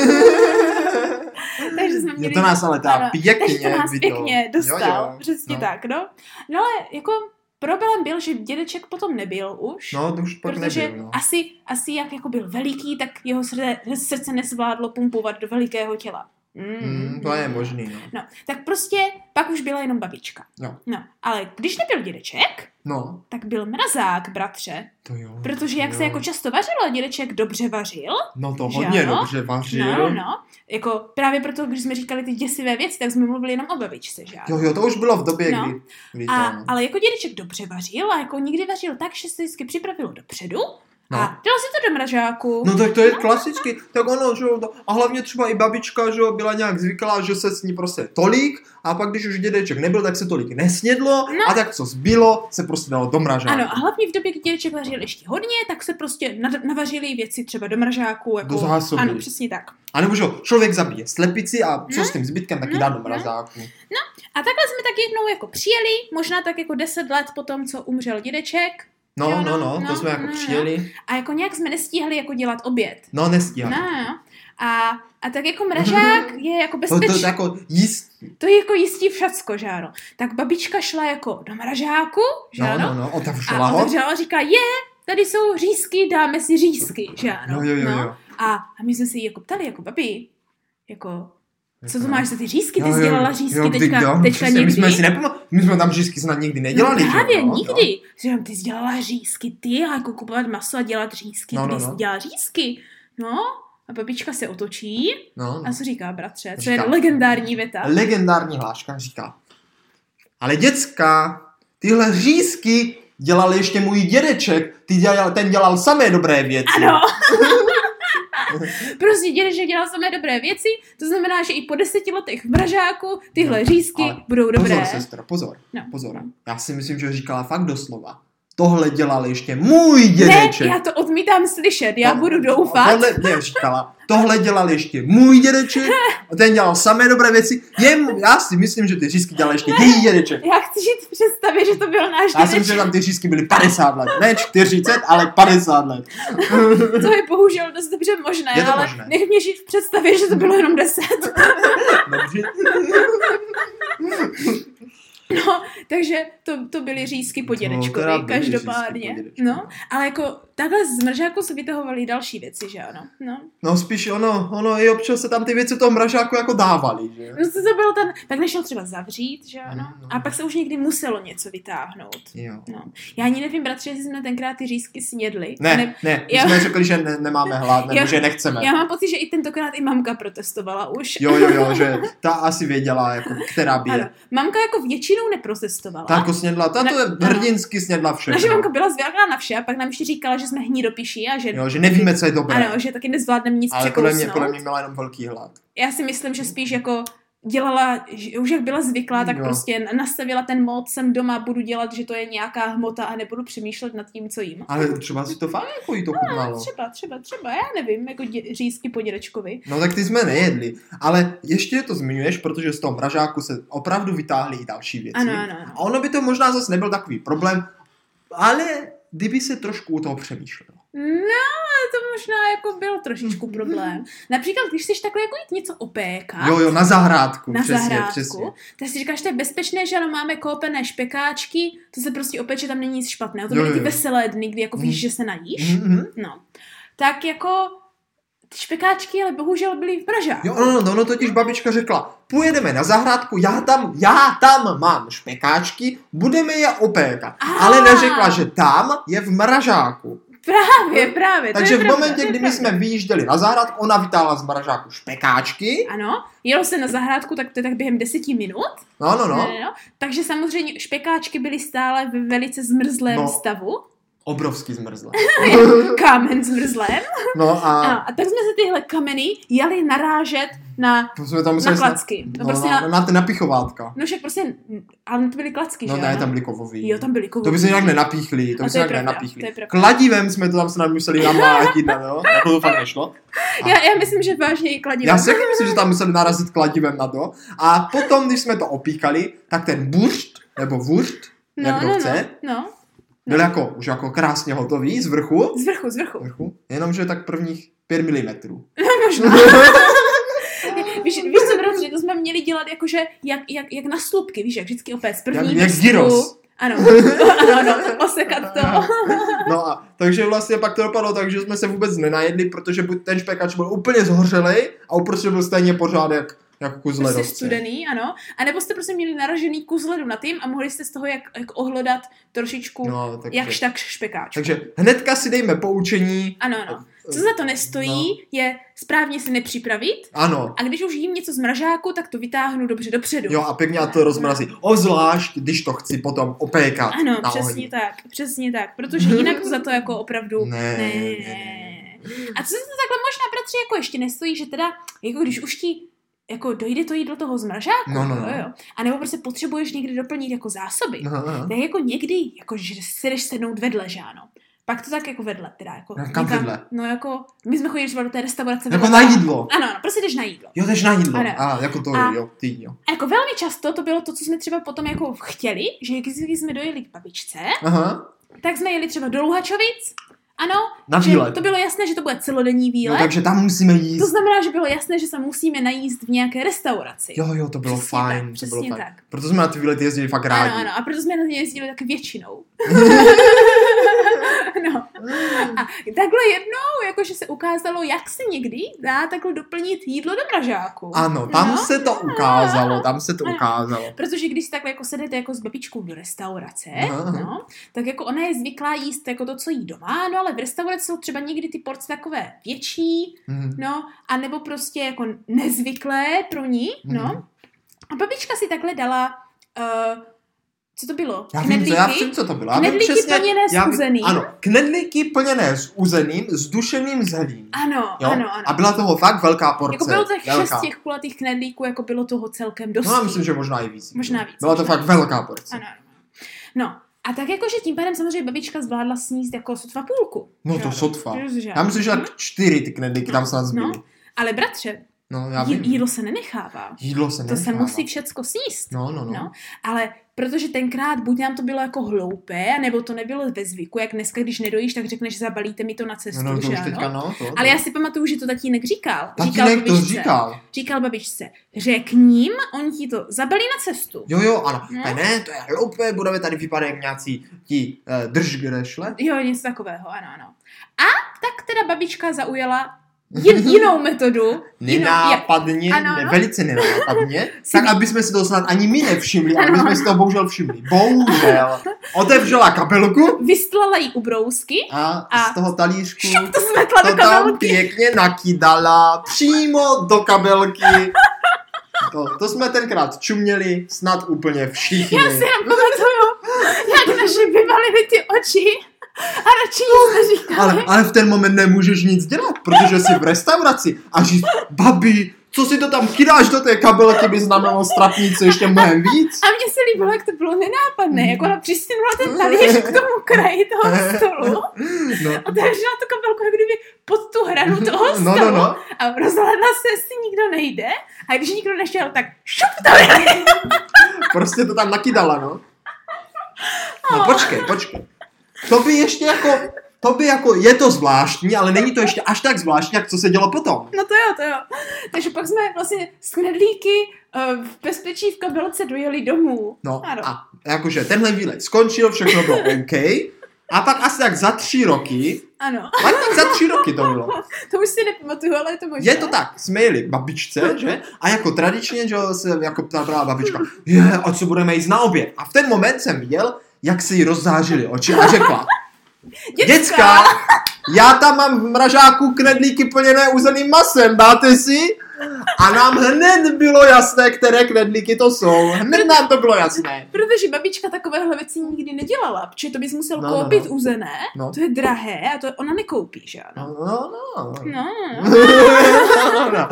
B: Takže jsme měli...
A: Je to nás ale tá pěkně.
B: Takže to nás pěkně dostal.
A: Jo, jo.
B: Přesně
A: no.
B: tak, no. No ale jako problém byl, že dědeček potom nebyl už.
A: No, to už pak
B: protože
A: nebyl, no.
B: asi, asi jak jako byl veliký, tak jeho srdce, srdce nezvládlo pumpovat do velikého těla.
A: Mm, mm, to je možný, no.
B: No, tak prostě pak už byla jenom babička.
A: No.
B: No, ale když nebyl dědeček,
A: no.
B: tak byl mrazák, bratře.
A: To jo.
B: Protože jak
A: jo.
B: se jako často vařilo, dědeček dobře vařil.
A: No to hodně ano? dobře vařil.
B: No, no. Jako právě proto, když jsme říkali ty děsivé věci, tak jsme mluvili jenom o babičce, že
A: Jo, jo, to už bylo v době,
B: no.
A: kdy, kdy to,
B: a,
A: no.
B: Ale jako dědeček dobře vařil a jako nikdy vařil tak, že se vždycky připravilo dopředu. No. A dal si to do mražáku.
A: No tak to je no. klasicky. Tak ono, že jo, a hlavně třeba i babička, že jo, byla nějak zvyklá, že se sní prostě tolik a pak když už dědeček nebyl, tak se tolik nesnědlo no. a tak co zbylo, se prostě dalo do mražáku.
B: Ano, a hlavně v době, kdy dědeček vařil ještě hodně, tak se prostě navařily věci třeba do mražáku. Jako,
A: do zásoby.
B: Ano, přesně tak.
A: A nebo že člověk zabije slepici a co no. s tím zbytkem taky
B: no.
A: dá do mrazáku.
B: No. no a takhle jsme tak jednou jako přijeli, možná tak jako deset let po tom, co umřel dědeček.
A: No,
B: jo,
A: no, no, to no, jsme jako no, přijeli.
B: No. A jako nějak jsme nestíhali jako dělat oběd.
A: No, nestíhali.
B: No, no. A, a tak jako mražák je jako bezpečný.
A: To, to, to jako jistí.
B: To je jako jistí všacko, že ano. Tak babička šla jako do mražáku, že
A: no,
B: ano.
A: No, no, otevřela ho.
B: A otevřela a říká, je, tady jsou řízky, dáme si řízky, že ano.
A: Jo, jo, jo,
B: no.
A: jo.
B: A, a my jsme si jako ptali, jako babi, jako... Co to máš za ty řízky? Ty
A: jo,
B: jsi dělala řízky
A: jo,
B: teďka,
A: jo,
B: teďka
A: někdy. My jsme si
B: nepam...
A: my jsme tam řízky snad nikdy nedělali.
B: No právě,
A: no,
B: nikdy. No. Ty jsi dělala řízky, ty a jako kupovat maso a dělat řízky.
A: No,
B: Kdy
A: no,
B: jsi
A: no.
B: dělala řízky? No, a babička se otočí
A: no, no.
B: a co říká, bratře? Co
A: říká,
B: je legendární věta?
A: Legendární hláška říká. Ale děcka, tyhle řízky dělal ještě můj dědeček. Ty dělal, ten dělal samé dobré věci.
B: Ano. Prostě dědeček dělal samé dobré věci, to znamená, že i po deseti letech v mražáku tyhle no, řízky budou dobré.
A: Pozor, sestra, pozor,
B: no.
A: pozor. Já si myslím, že říkala fakt doslova. Tohle dělal ještě můj dědeček.
B: Ne, já to odmítám slyšet, já to, budu doufat.
A: Tohle, ne, říkala, tohle dělal ještě můj dědeček, a ten dělal samé dobré věci. Jem, já si myslím, že ty řízky dělal ještě ne, její dědeček.
B: Já chci žít v představě, že to byl náš dědeček.
A: Já si myslím, že tam ty řízky byly padesát let. Ne čtyřicet, ale padesát let.
B: To je bohužel dost dobře možné,
A: je to
B: ale
A: možné.
B: nech mě žít v představě, že to bylo jenom deset.
A: Dobře.
B: No, takže to, to byly řízky po dědečkovi, no, každopádně. Po dědečkovi. No, ale jako takhle z mražáku se vytahovaly další věci, že ano? No,
A: no spíš ono, ono i občas se tam ty věci toho mražáku jako dávaly, že?
B: No to, to bylo ten, tak nešel třeba zavřít, že ano?
A: No, no.
B: A pak se už někdy muselo něco vytáhnout.
A: Jo.
B: No. Já ani nevím, bratře, jestli jsme tenkrát ty řízky snědli.
A: Ne, ne, ne my jsme řekli, že ne, nemáme hlad, nebo já, že nechceme.
B: Já mám pocit, že i tentokrát i mamka protestovala už.
A: Jo, jo, jo, že ta asi věděla, jako, která bije.
B: Ano. Mamka jako většinou neprotestovala.
A: Ta jako snědla, ta to je hrdinsky snědla všechno.
B: Naše mamka byla zvěrná na vše a pak nám ještě říkala, že jsme hnídopiší a že...
A: Jo, že nevíme, co je dobré.
B: Ano, že taky nezvládneme nic
A: ale
B: překousnout.
A: Ale podle mě, podle mě měla jenom velký hlad.
B: Já si myslím, že spíš jako dělala, že už jak byla zvyklá, tak
A: jo.
B: prostě nastavila ten mód, jsem doma, budu dělat, že to je nějaká hmota a nebudu přemýšlet nad tím, co jím.
A: Ale třeba si to fakt jako jí to chutnalo.
B: No, třeba, třeba, třeba, já nevím, jako dě, řízky po dědečkovi.
A: No tak ty jsme nejedli, ale ještě to zmiňuješ, protože z toho mražáku se opravdu vytáhly i další věci.
B: Ano, ano, ano.
A: A ono by to možná zase nebyl takový problém, ale kdyby se trošku u toho přemýšlelo.
B: No, to možná jako byl trošičku problém. Například, když chceš takhle jako jít něco opékat.
A: Jo, jo, na zahrádku.
B: Na
A: přesně,
B: zahrádku.
A: Přesně.
B: Tak si říkáš, to je bezpečné, že ano, máme koupené špekáčky, to se prostě opeče, tam není nic špatného. To
A: Jo,
B: byly ty
A: jo.
B: veselé dny, kdy jako víš,
A: Mm.
B: že se najíš.
A: Mm-hmm.
B: No. Tak jako ty špekáčky, ale bohužel byly v mražáku.
A: Jo, no, no, no, totiž babička řekla, pojedeme na zahrádku, já tam, já tam mám špekáčky, budeme je opékat.
B: Ah.
A: Ale neřekla, že tam je v mražáku.
B: Právě, právě. to
A: Takže
B: je
A: v
B: pravda,
A: momentě,
B: to je
A: kdy my
B: pravda.
A: jsme vyjížděli na zahrádku, ona vytáhla z mražáku špekáčky.
B: Ano, jelo se na zahrádku, tak to je tak během deseti minut.
A: No, no, no.
B: No, no, no. Takže samozřejmě špekáčky byly stále ve velice zmrzlém
A: No.
B: stavu.
A: Obrovský zmrzlé.
B: Kámen zmrzlém.
A: No a...
B: A, a tak jsme se tyhle kameny jeli narážet na,
A: To jsme tam
B: na
A: museli
B: klacky.
A: No,
B: No, prostě
A: na,
B: na,
A: na ty napichovátka.
B: no však prostě, ale to byly klacky,
A: No
B: že
A: ne,
B: ano?
A: tam byly kovový.
B: Jo, tam byly kovový.
A: To by se nějak nenapíchli, to
B: A
A: by
B: to
A: se
B: je
A: nějak
B: pravda,
A: nenapíchli.
B: to je pravda.
A: Kladivem jsme to tam snad museli namlátit, no, jako to fakt nešlo. A
B: Já, já myslím, že vážně i kladivem.
A: já si taky myslím, že tam museli narazit kladivem na to. A potom, když jsme to opíkali, tak ten buršt, nebo vuršt,
B: no,
A: jak to
B: no,
A: chce,
B: no, no.
A: byl jako, už jako krásně hotový z vrchu.
B: Z vrchu, z vrchu.
A: vrchu. Jenomže tak prvních pět milimetrů.
B: Možná. víš, víš co, bratře, to jsme měli dělat jakože jak, jak, jak na slupky, víš, jak vždycky opět z první
A: Jak, jak
B: vrstvu.
A: gyros.
B: Ano, ano, ano, osekat to.
A: No a takže vlastně pak to dopadlo tak, že jsme se vůbec nenajedli, protože buď ten špekač byl úplně zhořelej a uprostřed byl stejně pořád jak, jak kus
B: Prostě
A: ledovce.
B: studený, ano. A nebo jste prostě měli naražený kus ledu na tím a mohli jste z toho jak, jak ohlodat trošičku
A: No, takže,
B: jakž tak špekáčku.
A: takže hnedka si dejme poučení.
B: Ano, ano. Co za to nestojí,
A: No.
B: je správně si nepřipravit
A: Ano.
B: a když už jím něco z mražáku, tak to vytáhnu dobře dopředu.
A: Jo, a pěkně a to rozmrazí. Obzvlášť, když to chci potom opékat.
B: Ano,
A: na
B: přesně
A: ohni.
B: tak, přesně tak, protože jinak to za to jako opravdu
A: Ne,
B: ne.
A: ne, ne.
B: A co se to takhle možná, bratři, jako ještě nestojí, že teda, jako když už ti jako dojde to jídlo toho z mražáku,
A: No, no, no.
B: jo, jo, a nebo prostě potřebuješ někdy doplnit jako zásoby,
A: Aha, aha.
B: tak jako někdy, jako že si jdeš sednout vedle, že ano. Pak to tak jako vedle, teda jako
A: No, kam vedle?
B: No jako, my jsme chodili třeba do té restaurace.
A: Jako
B: vedle.
A: na jídlo.
B: Ano, ano, prostě jdeš na jídlo.
A: Jo, jdeš na jídlo.
B: Ano.
A: A jako to
B: A-
A: je, jo, ty jo.
B: A jako velmi často to bylo to, co jsme třeba potom jako chtěli, že když jsme dojeli k babičce,
A: Aha.
B: tak jsme jeli třeba do Luhačovic, ano,
A: Na
B: že
A: výlet.
B: to bylo jasné, že to bude celodenní
A: Jo,
B: výlet,
A: takže tam musíme jíst.
B: to znamená, že bylo jasné, že se musíme najíst v nějaké restauraci.
A: Jo, jo, to bylo
B: Přesně
A: fajn.
B: tak,
A: to
B: přesně
A: bylo fajn.
B: tak.
A: Proto jsme na ty výlety jezdili fakt rádi.
B: Ano, ano, a proto jsme na ně jezdili tak většinou. No. A takhle jednou, jakože se ukázalo, jak se někdy dá takhle doplnit jídlo do mražáku.
A: Ano, tam
B: No.
A: se to ukázalo, tam se to
B: Ano.
A: ukázalo.
B: Protože když si takhle jako sedete jako s babičkou do restaurace,
A: Aha, aha.
B: no, tak jako ona je zvyklá jíst jako to, co jí doma, no ale v restauraci jsou třeba někdy ty porce takové větší,
A: Mhm.
B: no, a nebo prostě jako nezvyklé pro ní, no.
A: Mhm.
B: A babička si takhle dala, uh, co to bylo?
A: Já vím, co, já vím, co to bylo. Já vím
B: Knedlíky
A: přesně-
B: plněné s
A: já vím-
B: uzeným.
A: Ano, knedlíky plněné s uzeným, s dušeným zelím.
B: Ano,
A: Jo?
B: ano, ano.
A: A byla toho fakt velká porce.
B: Jako bylo těch
A: velká.
B: šest těch kulatých knedlíků, jako bylo toho celkem dost.
A: No já myslím, že možná i víc.
B: Možná víc,
A: Byla to
B: možná
A: fakt
B: víc.
A: velká porce.
B: Ano, ano. No, a tak jakože tím pádem samozřejmě babička zvládla sníst jako sotva půlku.
A: No
B: Že
A: to
B: ano?
A: sotva.
B: Že- že
A: Já myslím, že
B: ano.
A: tak čtyři ty knedlíky tam snad zbyly.
B: No, ale bratře,
A: No, já
B: jí,
A: vím.
B: jídlo se nenechává.
A: Jídlo se
B: To se
A: nenechává.
B: musí všecko sníst.
A: No, no, no.
B: No, ale protože tenkrát buď nám to bylo jako hloupé, nebo to nebylo ve zvyku, jak dneska, když nedojíš, tak řekneš, zabalíte mi to na cestu,
A: No, no, to
B: že
A: už
B: ano?
A: teďka, no, to, to.
B: Ale já si pamatuju, že to tatínek říkal.
A: Tatínek to
B: babičce.
A: říkal.
B: Říkal babičce, řekni jim, oni ti to zabalí na cestu.
A: Jo, jo, ano.
B: No.
A: Ne, ne, to je hloupé, budeme tady vypadat jak nějací ti uh, držgrešle.
B: Jo, něco takového, ano, ano. A tak teda babička zaujala jin, jinou metodu. Jinou,
A: Nenápadně,
B: Ano,
A: ne,
B: ano.
A: velice nenápadně, tak aby jsme si to snad ani my nevšimli, ale my
B: Ano,
A: jsme si to bohužel všimli. Bohužel. Otevřela kabelku
B: Vystlala jí ubrousky,
A: a,
B: A-
A: z toho talířku
B: šup to smetla
A: to
B: do
A: tam
B: kabelky.
A: pěkně nakydala přímo do kabelky. To, to jsme tenkrát čuměli snad úplně všichni.
B: Já si jenom pamatuju, jak naši vyvalili ty oči a radši nic neříkali.
A: Ale, ale v ten moment nemůžeš nic dělat, protože jsi v restauraci a říct, babi, co si to tam chydáš do té kabelky, by znamenalo strapnice ještě mnohem víc.
B: A mně se líbilo, jak to bylo nenápadné, jako ona přistěnula ten talíř k tomu kraji toho stolu, no. Otevřela tu kabelku, jak kdyby pod tu hranu toho stolu
A: no, no, no.
B: a rozhledla se, jestli nikdo nejde a když nikdo nešel, tak šup to je.
A: Prostě to tam nakydala, no. No počkej, počkej. To by ještě jako... To by jako, je to zvláštní, ale není to ještě až tak zvláštní, jak co se dělo potom.
B: No to jo, to jo. Takže pak jsme vlastně s knedlíky uh, v bezpečí v kabelce dojeli domů.
A: No ano. A jakože tenhle výlet skončil, všechno bylo OK. A pak asi tak za tři roky.
B: Ano.
A: Pak tak za tři roky to bylo.
B: To už si nepamatuju, ale je to možné.
A: Je to tak, jsme jeli k babičce, že? A jako tradičně, že se jako ptala babička, je, a co budeme jíst na oběd? A v ten moment jsem viděl, jak se jí rozzářily oči a řekla,
B: Děcka.
A: Děcka, já tam mám v mražáku knedlíky plněné uzeným masem, dáte si? A nám hned bylo jasné, které knedlíky to jsou. Hned nám to bylo jasné.
B: Protože babička takovéhle věci nikdy nedělala, protože to bys musel
A: no,
B: koupit
A: no, no.
B: uzené,
A: no.
B: To je drahé a to ona nekoupí, že ano?
A: No, no, no.
B: No,
A: no, no.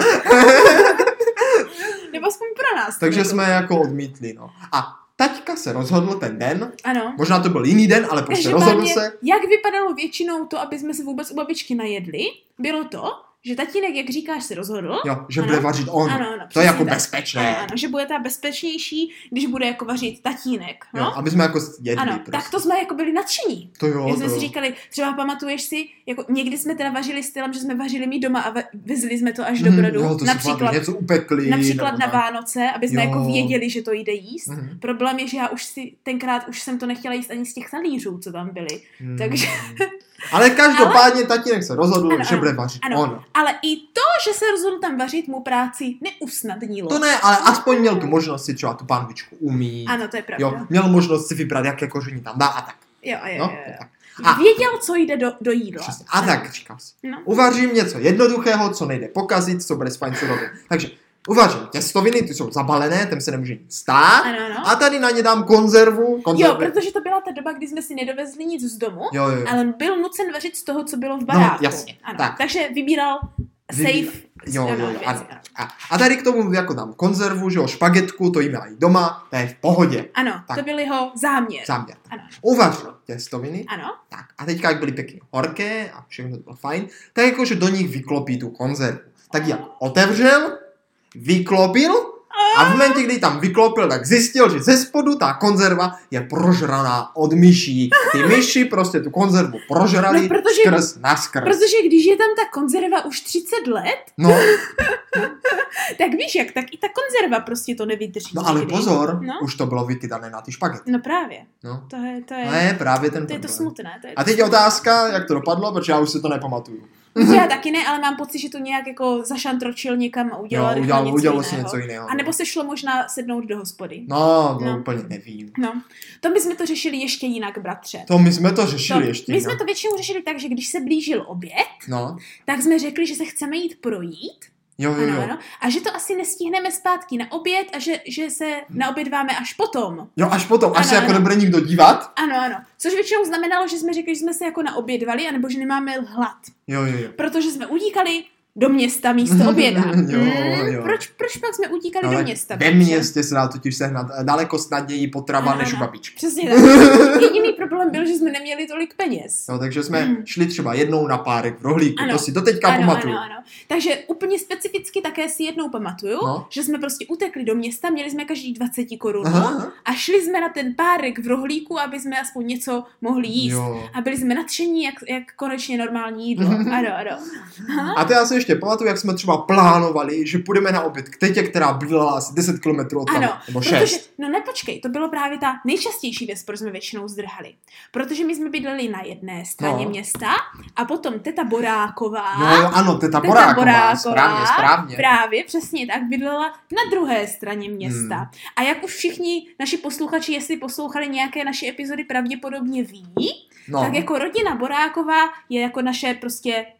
B: Nebo aspoň pro nás.
A: Takže jsme jako odmítli, no. A taťka se rozhodl ten den,
B: ano.
A: Možná to byl jiný den, ale prostě rozhodl se.
B: Jak vypadalo většinou to, aby jsme se vůbec u babičky najedli, bylo to, že tatínek, jak říkáš, se rozhodl.
A: Jo, že ano. bude vařit on.
B: Ano, ano,
A: to je jako
B: tak.
A: bezpečné.
B: Ano, ano, že bude ta bezpečnější, když bude jako vařit tatínek. No?
A: Jo, aby jsme jako jedli.
B: Ano,
A: prostě.
B: tak to jsme jako byli nadšení.
A: To jo,
B: Já jsme
A: to
B: si
A: jo.
B: říkali, třeba pamatuješ si, jako někdy jsme teda vařili stylem, že jsme vařili mít doma a vezli jsme to až do Brodu.
A: Mm, jo, to
B: například
A: něco upekli.
B: Například na Vánoce, aby jsme
A: jo.
B: jako věděli, že to jde jíst.
A: Mm.
B: Problém je, že já už si tenkrát už jsem to nechtěla jíst ani z těch talířů, co tam byly. Mm. Takže...
A: Ale každopádně ale... tatínek se rozhodl,
B: ano,
A: že bude vařit
B: ano.
A: on.
B: Ale i to, že se rozhodl tam vařit, mu práci neusnadnilo.
A: To ne, ale aspoň měl tu možnost si třeba tu pánvičku umýt.
B: Ano, to je pravda.
A: Jo, měl možnost si vybrat, jaké koření tam dá a tak.
B: Jo, jo,
A: no,
B: jo. jo.
A: Tak.
B: A věděl, co jde do, do jídla.
A: Přesně. A tak, říkal si. No. Uvařím něco jednoduchého, co nejde pokazit, co bude s fajn surovin. Takže uvařím těstoviny, ty jsou zabalené, tam se nemůže nic stát.
B: Ano, ano.
A: A tady na ně dám konzervu. konzervu.
B: Jo, protože to byla ta doba, kdy jsme si nedovezli nic z domu,
A: jo, jo, jo.
B: ale byl nucen vařit z toho, co bylo v baráku.
A: No, jasně.
B: Ano.
A: Tak.
B: Takže vybíral safe.
A: Jo, jo, jo,
B: věci,
A: ano. A, a tady k tomu jako dám konzervu, že jo, špagetku, to jíme i doma, to je v pohodě.
B: Ano, tak. To byl jeho záměr.
A: Záměr.
B: Ano.
A: Uvařil těstoviny.
B: Ano.
A: Tak. A teďka, jak byly pěkně horké a všechno to bylo fajn, tak jakože do nich vyklopí tu konzervu. Tak jak otevřel, vyklopil a v momentě, kdy tam vyklopil, tak zjistil, že ze spodu ta konzerva je prožraná od myší. Ty myši prostě tu konzervu prožrali no, protože, skrz na skrz.
B: Protože když je tam ta konzerva už třicet let,
A: no.
B: tak víš jak, tak i ta konzerva prostě to nevydrží.
A: No ale
B: nikdy.
A: pozor,
B: no?
A: už to bylo vykydané na ty špagety.
B: No právě.
A: No.
B: To je, to je,
A: no je právě ten
B: to je to smutné. To je
A: a teď je otázka, jak to dopadlo, protože já už si to nepamatuju.
B: Já taky ne, ale mám pocit, že to nějak jako zašantročil někam a udělal,
A: jo, udělal
B: něco
A: udělalo
B: jiného.
A: si něco jiného.
B: A nebo se šlo možná sednout do hospody.
A: No, to no. úplně nevím.
B: No, to my jsme to řešili ještě jinak, bratře.
A: To my jsme to řešili
B: to,
A: ještě
B: My
A: jinak.
B: jsme to většinou řešili tak, že když se blížil oběd,
A: no.
B: tak jsme řekli, že se chceme jít projít.
A: Jo, jo, jo.
B: Ano, ano. A že to asi nestihneme zpátky na oběd a že, že se naobědváme až potom.
A: Jo, až potom, až
B: ano,
A: se jako
B: ano.
A: nebude nikdo dívat.
B: Ano, ano. Což většinou znamenalo, že jsme řekli, že jsme se jako naobědvali, anebo že nemáme hlad.
A: Jo, jo, jo.
B: Protože jsme utíkali do města místo oběda.
A: jo, jo.
B: Proč, proč pak jsme utíkali
A: no,
B: do města?
A: Ve městě se dá totiž sehnat daleko snadněji potrava
B: ano,
A: než u
B: ano.
A: babičky.
B: Přesně tak. Jediný problém byl, že jsme neměli tolik peněz.
A: No, takže jsme hmm. šli třeba jednou na párek v rohlíku,
B: ano.
A: to si doteďka
B: ano,
A: pamatuju.
B: Ano, ano. Takže úplně specificky také si jednou pamatuju, no. že jsme prostě utekli do města, měli jsme každý dvacet korun a šli jsme na ten párek v rohlíku, aby jsme aspoň něco mohli jíst.
A: Jo.
B: A byli jsme nadšení, jak, jak konečně normální jídlo. ano, ano.
A: A to já si ještě pamatuju, jak jsme třeba plánovali, že půjdeme na oběd k tetě, která bydlela asi deset kilometrů od
B: ano,
A: tam, nebo
B: protože,
A: šest.
B: no nepočkej, to bylo právě ta nejčastější věc, proč jsme většinou zdrhali. Protože my jsme bydleli na jedné straně
A: no.
B: města a potom teta Boráková.
A: No ano, teta, teta Boráková, Boráková, správně, správně.
B: Právě, přesně tak, bydlela na druhé straně města. Hmm. A jak už všichni naši posluchači, jestli poslouchali nějaké naše epizody, pravděpodobně ví, no. tak jako rodina Boráková je jako naše prostě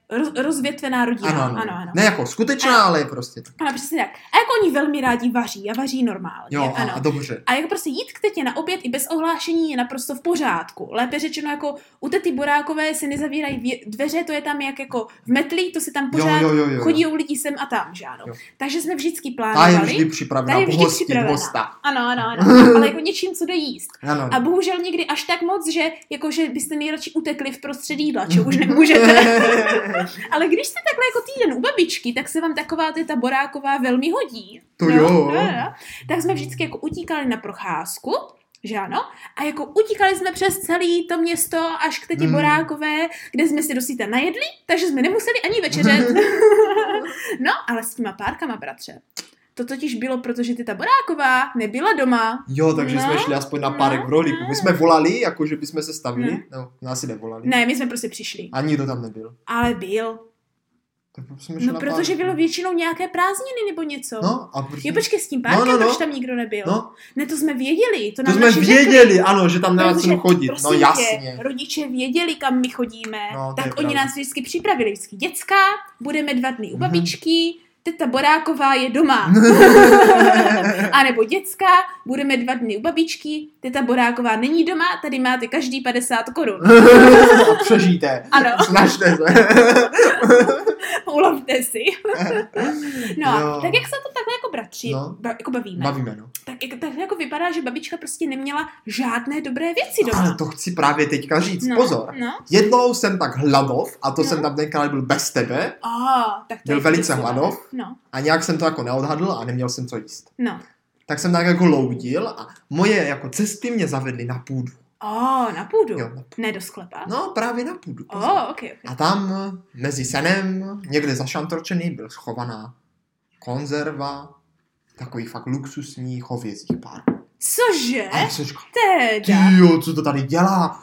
B: roz, rozvětvená rodina.
A: Ano, ano.
B: ano, ano.
A: Ne jako skutečná, ano. Ale prostě tak.
B: Ano, přesně tak. A jako oni velmi rádi vaří a vaří normálně.
A: Jo,
B: ano.
A: a dobře.
B: A jako prostě jít k tetě na oběd i bez ohlášení je naprosto v pořádku. Lépe řečeno, jako u tety Borákové se nezavírají dveře, to je tam jak jako v metlí, to se tam pořád
A: jo, jo, jo, jo.
B: chodí u lidí sem a tam, že ano.
A: Jo.
B: Takže jsme vždycky plánovali.
A: Ta je vždy připravená pohostit hosta.
B: Ano, ano, ano. Ale jako něčím, co jde jíst.
A: Ano, ano.
B: A bohužel někdy až tak moc, že jako, že byste nejradši utekli v prostředí jídla, čo už nemůžete. Ale když jste takhle jako týden u babičky, tak se vám taková teta Boráková velmi hodí.
A: To
B: no,
A: jo.
B: No, no. Tak jsme vždycky jako utíkali na procházku, že ano? A jako utíkali jsme přes celé to město až k tetě mm. Borákové, kde jsme si dosyta najedli, takže jsme nemuseli ani večeřet. No, ale s těma párkama, bratře. To totiž bylo, protože teta Boráková nebyla doma.
A: Jo, takže
B: no,
A: jsme šli aspoň na párek
B: no,
A: v rohlíku. My jsme volali, jako že bychom se stavili.
B: No.
A: No, no asi nevolali.
B: Ne, my jsme prostě přišli.
A: A nikdo tam nebyl.
B: Ale byl. No, protože bylo většinou nějaké prázdniny nebo něco.
A: No, a proč...
B: Jo, počkej, s tím párkem,
A: no, no, no.
B: proč tam nikdo nebyl?
A: No.
B: Ne, to jsme věděli. To, nám
A: to jsme věděli,
B: řekli.
A: Ano, že tam nemá cenu chodit. No, jasně.
B: Tě, rodiče věděli, kam my chodíme.
A: No,
B: tak oni
A: pravda.
B: nás vždycky připravili. Vždycky děcka, budeme dva dny u babičky, teta Boráková je doma. A nebo děcka, budeme dva dny u babičky, teta Boráková není doma, tady máte každý padesát korun.
A: A přežijte.
B: Ano.
A: Snažte se.
B: Ulovte si. No,
A: jo.
B: tak jak se to takhle jako bratři
A: no.
B: ba, jako bavíme.
A: Bavíme, no.
B: Tak, jak, tak jako vypadá, že babička prostě neměla žádné dobré věci doma.
A: Ale to chci právě teďka říct.
B: No,
A: Pozor.
B: no.
A: Jednou jsem tak hladov, a to
B: No.
A: jsem tam tenkrát byl bez tebe.
B: Ah, tak to
A: byl
B: je
A: velice
B: vždycky,
A: hladov.
B: No,
A: A nějak jsem to jako neodhadl a neměl jsem co jíst.
B: no.
A: Tak jsem tak jako loudil a moje jako cesty mě zavedly na půdu.
B: Oh, na půdu.
A: Jo, na půdu.
B: Ne do sklepa.
A: No, právě na půdu. pozor.
B: Oh, ok, ok.
A: A tam mezi senem, někde zašantročený, byl schovaná konzerva takových fakt luxusních hovězích párků.
B: Cože?
A: A já jsem říkal,
B: Teda.
A: tyjo, co to tady dělá?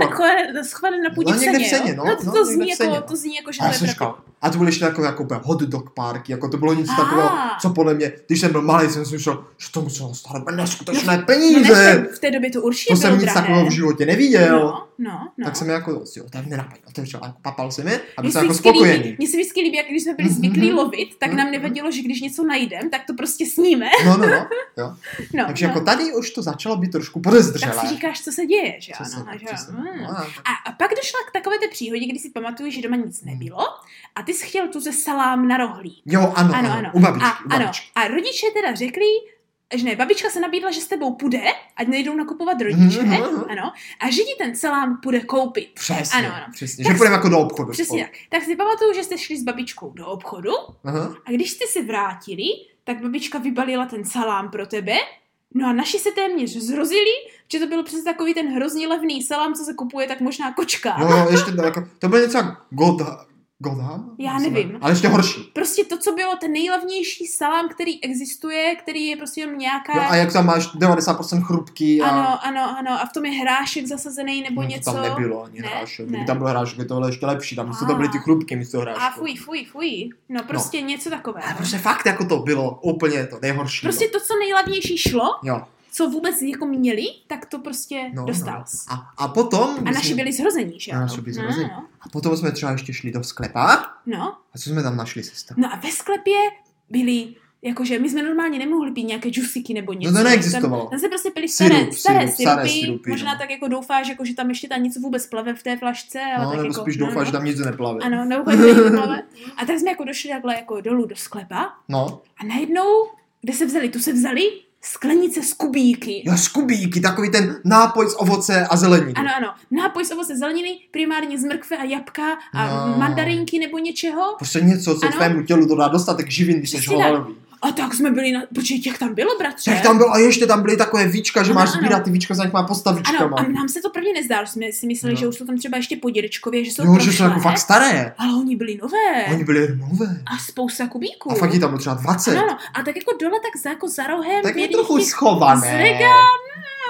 B: Schované na půdě
A: No,
B: v
A: někde
B: ceně,
A: v ceně,
B: jo?
A: no,
B: No, to,
A: no,
B: to,
A: někde
B: zní
A: v
B: jako,
A: ceně, no.
B: to zní jako, že
A: A já
B: to je
A: jsem
B: pravda.
A: říkal, a to byly ještě takové jako hot dog parky, jako to bylo něco
B: Ah.
A: takového, co podle mě, když jsem byl malý, jsem si myslel, že to muselo stát neskutečné
B: No,
A: peníze.
B: no, v té době to určitě
A: To
B: bylo
A: jsem nic
B: drahé.
A: takového v životě neviděl.
B: No, no, no.
A: Tak jsem jako, jo, tak nenapadl, otevřel, jako papal jsem je a byl
B: Mně
A: jsem
B: se
A: jako
B: vždycky líbí-
A: spokojený.
B: Mně se vždycky líbí, jak když jsme byli zvyklí lovit, tak nám nevadilo, že když něco najdem, tak to prostě sníme.
A: No, no, no, jo.
B: No,
A: Takže
B: no.
A: jako tady už to začalo být trošku podezřelé.
B: Tak si říkáš, co se děje, že
A: Co se-
B: ano. a že
A: co se-
B: ano.
A: no, a-
B: A, a pak došla k takové té příhodě, kdy si pamatuju, že doma nic nebylo a ty jsi chtěl tu ze salám na rohlík.
A: Jo, ano,
B: Ano,
A: ano,
B: ano.
A: u babičky,
B: A,
A: u
B: ano.
A: babičky.
B: A rodiče teda řekli, že ne, babička se nabídla, že s tebou půjde, ať nejdou nakupovat rodiče,
A: Mhm, mhm.
B: ano, a že ti ten salám půjde koupit.
A: Přesně,
B: Ano, ano.
A: přesně,
B: Tak
A: že půjdeme jako do obchodu.
B: Přesně tak. Tak si pamatuju, že jste šli s babičkou do obchodu
A: Aha.
B: a když jste se vrátili, tak babička vybalila ten salám pro tebe. No a naši se téměř zrozili, že to byl přes takový ten hrozně levný salám, co se kupuje, tak možná kočka.
A: Jo, jo, ještě to, jako, to bylo něco jak God, Godham?
B: Já nevím.
A: Ale ještě horší.
B: Prostě to, co bylo ten nejlevnější salám, který existuje, který je prostě jenom nějaká...
A: Jo, a jak tam máš devadesát procent chrupky a...
B: Ano, ano, ano. A v tom je hrášek zasazený nebo
A: no,
B: něco.
A: to tam nebylo ani
B: Ne,
A: hrášek.
B: ne.
A: Kdyby tam byl hrášek, je to ještě lepší. Tam
B: A.
A: to byly ty chrupky místo hrášku.
B: A fuj, fuj, fuj. No prostě no. něco takového.
A: A prostě fakt jako to bylo úplně to nejhorší.
B: Prostě to, co nejlevnější šlo,
A: Jo.
B: co vůbec jako měli, tak to prostě
A: No,
B: dostal.
A: no. A, a potom...
B: A naši byli zrození, že
A: A
B: ano?
A: naši byli
B: No,
A: zrození.
B: no.
A: A potom jsme třeba ještě šli do sklepa.
B: No.
A: A co jsme tam našli, sestra?
B: No a ve sklepě byli, jakože my jsme normálně nemohli pít nějaké džusiky nebo něco.
A: No to neexistovalo.
B: Tam, tam se prostě pili staré,
A: Sirup,
B: staré
A: sirup,
B: syrupy.
A: staré syrupy,
B: Možná
A: no.
B: tak jako doufáš, jako, že tam ještě tam něco vůbec plave v té flašce. Ale
A: No,
B: tak
A: nebo
B: jako,
A: spíš
B: no,
A: doufáš,
B: no.
A: že tam nic neplave.
B: Ano, doufáš, že nic neplave. A tak jsme jako došli takhle jako dolů do sklepa.
A: No.
B: A najednou, kde se vzali? Tu se vzali sklenice z kubíky.
A: Jo, z kubíky, takový ten nápoj z ovoce a zeleniny.
B: Ano, ano. Nápoj z ovoce zeleniny, primárně z mrkve a jabka a
A: No.
B: mandarinky nebo něčeho.
A: Prostě něco, co
B: Ano.
A: tvému tělu dodá dostatek živin, když jsi
B: Přesně tak.
A: hladový.
B: A tak jsme byli na... Počkej, těch tam bylo, bratře?
A: Tak tam bylo, a ještě tam byly takové víčka, že
B: Ano,
A: máš
B: ano.
A: sbírat ty víčka za nějakýma
B: Ano,
A: postavičkama.
B: a nám se to prvně nezdálo, jsme si mysleli,
A: No.
B: že už jsou tam třeba ještě po dědečkově, že jsou
A: Jo,
B: prošlé.
A: že jsou jako fakt staré.
B: Ale oni byli nové.
A: Oni byli nové.
B: A spousta kubíků.
A: A fakt je tam bylo třeba dvacet.
B: Ano, ano. A tak jako dole, tak za, jako za rohem.
A: Tak
B: v
A: je
B: jedných
A: trochu
B: těch
A: schované.
B: zregám.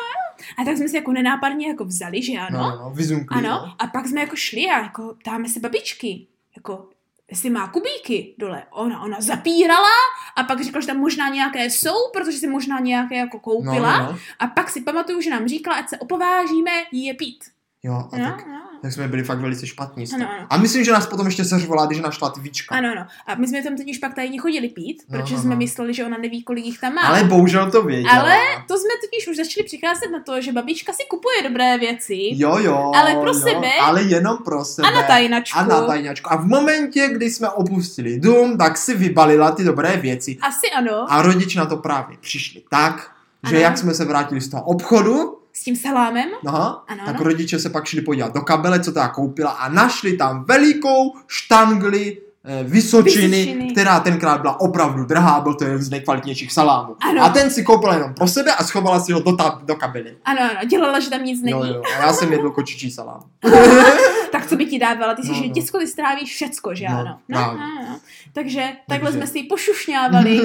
B: A tak jsme si jako nenápadně jako vzali, že ano?
A: No, no, no, vyzumkli.
B: Ano,
A: no.
B: a pak jsme jako šli a jako ptáme se babičky, jako jestli má kubíky dole. Ona, ona zapírala a pak řekla, že tam možná nějaké jsou, protože si možná nějaké jako koupila.
A: No, no, no.
B: A pak si pamatuju, že nám říkala, ať se opovážíme jí je pít.
A: Jo, a
B: No,
A: tak
B: no.
A: Tak jsme byli fakt velice špatní.
B: Ano, ano.
A: A myslím, že nás potom ještě seřvala, když našla ty víčka.
B: Ano, ano. A my jsme tam totiž pak tajně chodili pít,
A: no,
B: protože
A: no,
B: jsme
A: no.
B: mysleli, že ona neví, kolik jich tam má.
A: Ale bohužel to věděla.
B: Ale to jsme totiž už začali přicházet na to, že babička si kupuje dobré věci.
A: Jo, jo.
B: Ale pro
A: jo,
B: sebe.
A: Ale jenom pro sebe.
B: A na tajnačku.
A: A na tajnačku. A v momentě, kdy jsme opustili dům, tak si vybalila ty dobré věci.
B: Asi ano.
A: A rodiče na to právě přišli tak, že
B: ano.
A: jak jsme se vrátili z toho obchodu,
B: s tím salámem.
A: Aha,
B: ano,
A: tak
B: ano.
A: rodiče se pak šli podívat do kabele, co ta koupila a našli tam velikou štangli eh, Vysočiny,
B: Vysočiny,
A: která tenkrát byla opravdu drahá, byl to jeden z nejkvalitnějších salámů.
B: Ano.
A: A ten si koupila jenom pro sebe a schovala si ho do, ta, do kabely.
B: Ano, ano, dělala, že tam nic není.
A: Jo, jo. A já jsem jedl kočičí salám.
B: Tak co by ti dávala? Ty si,
A: No,
B: že
A: no.
B: děcko, ty strávíš všecko, že
A: No,
B: ano? No,
A: právě.
B: no, no. Takže takhle
A: Takže.
B: jsme si ji pošušňávali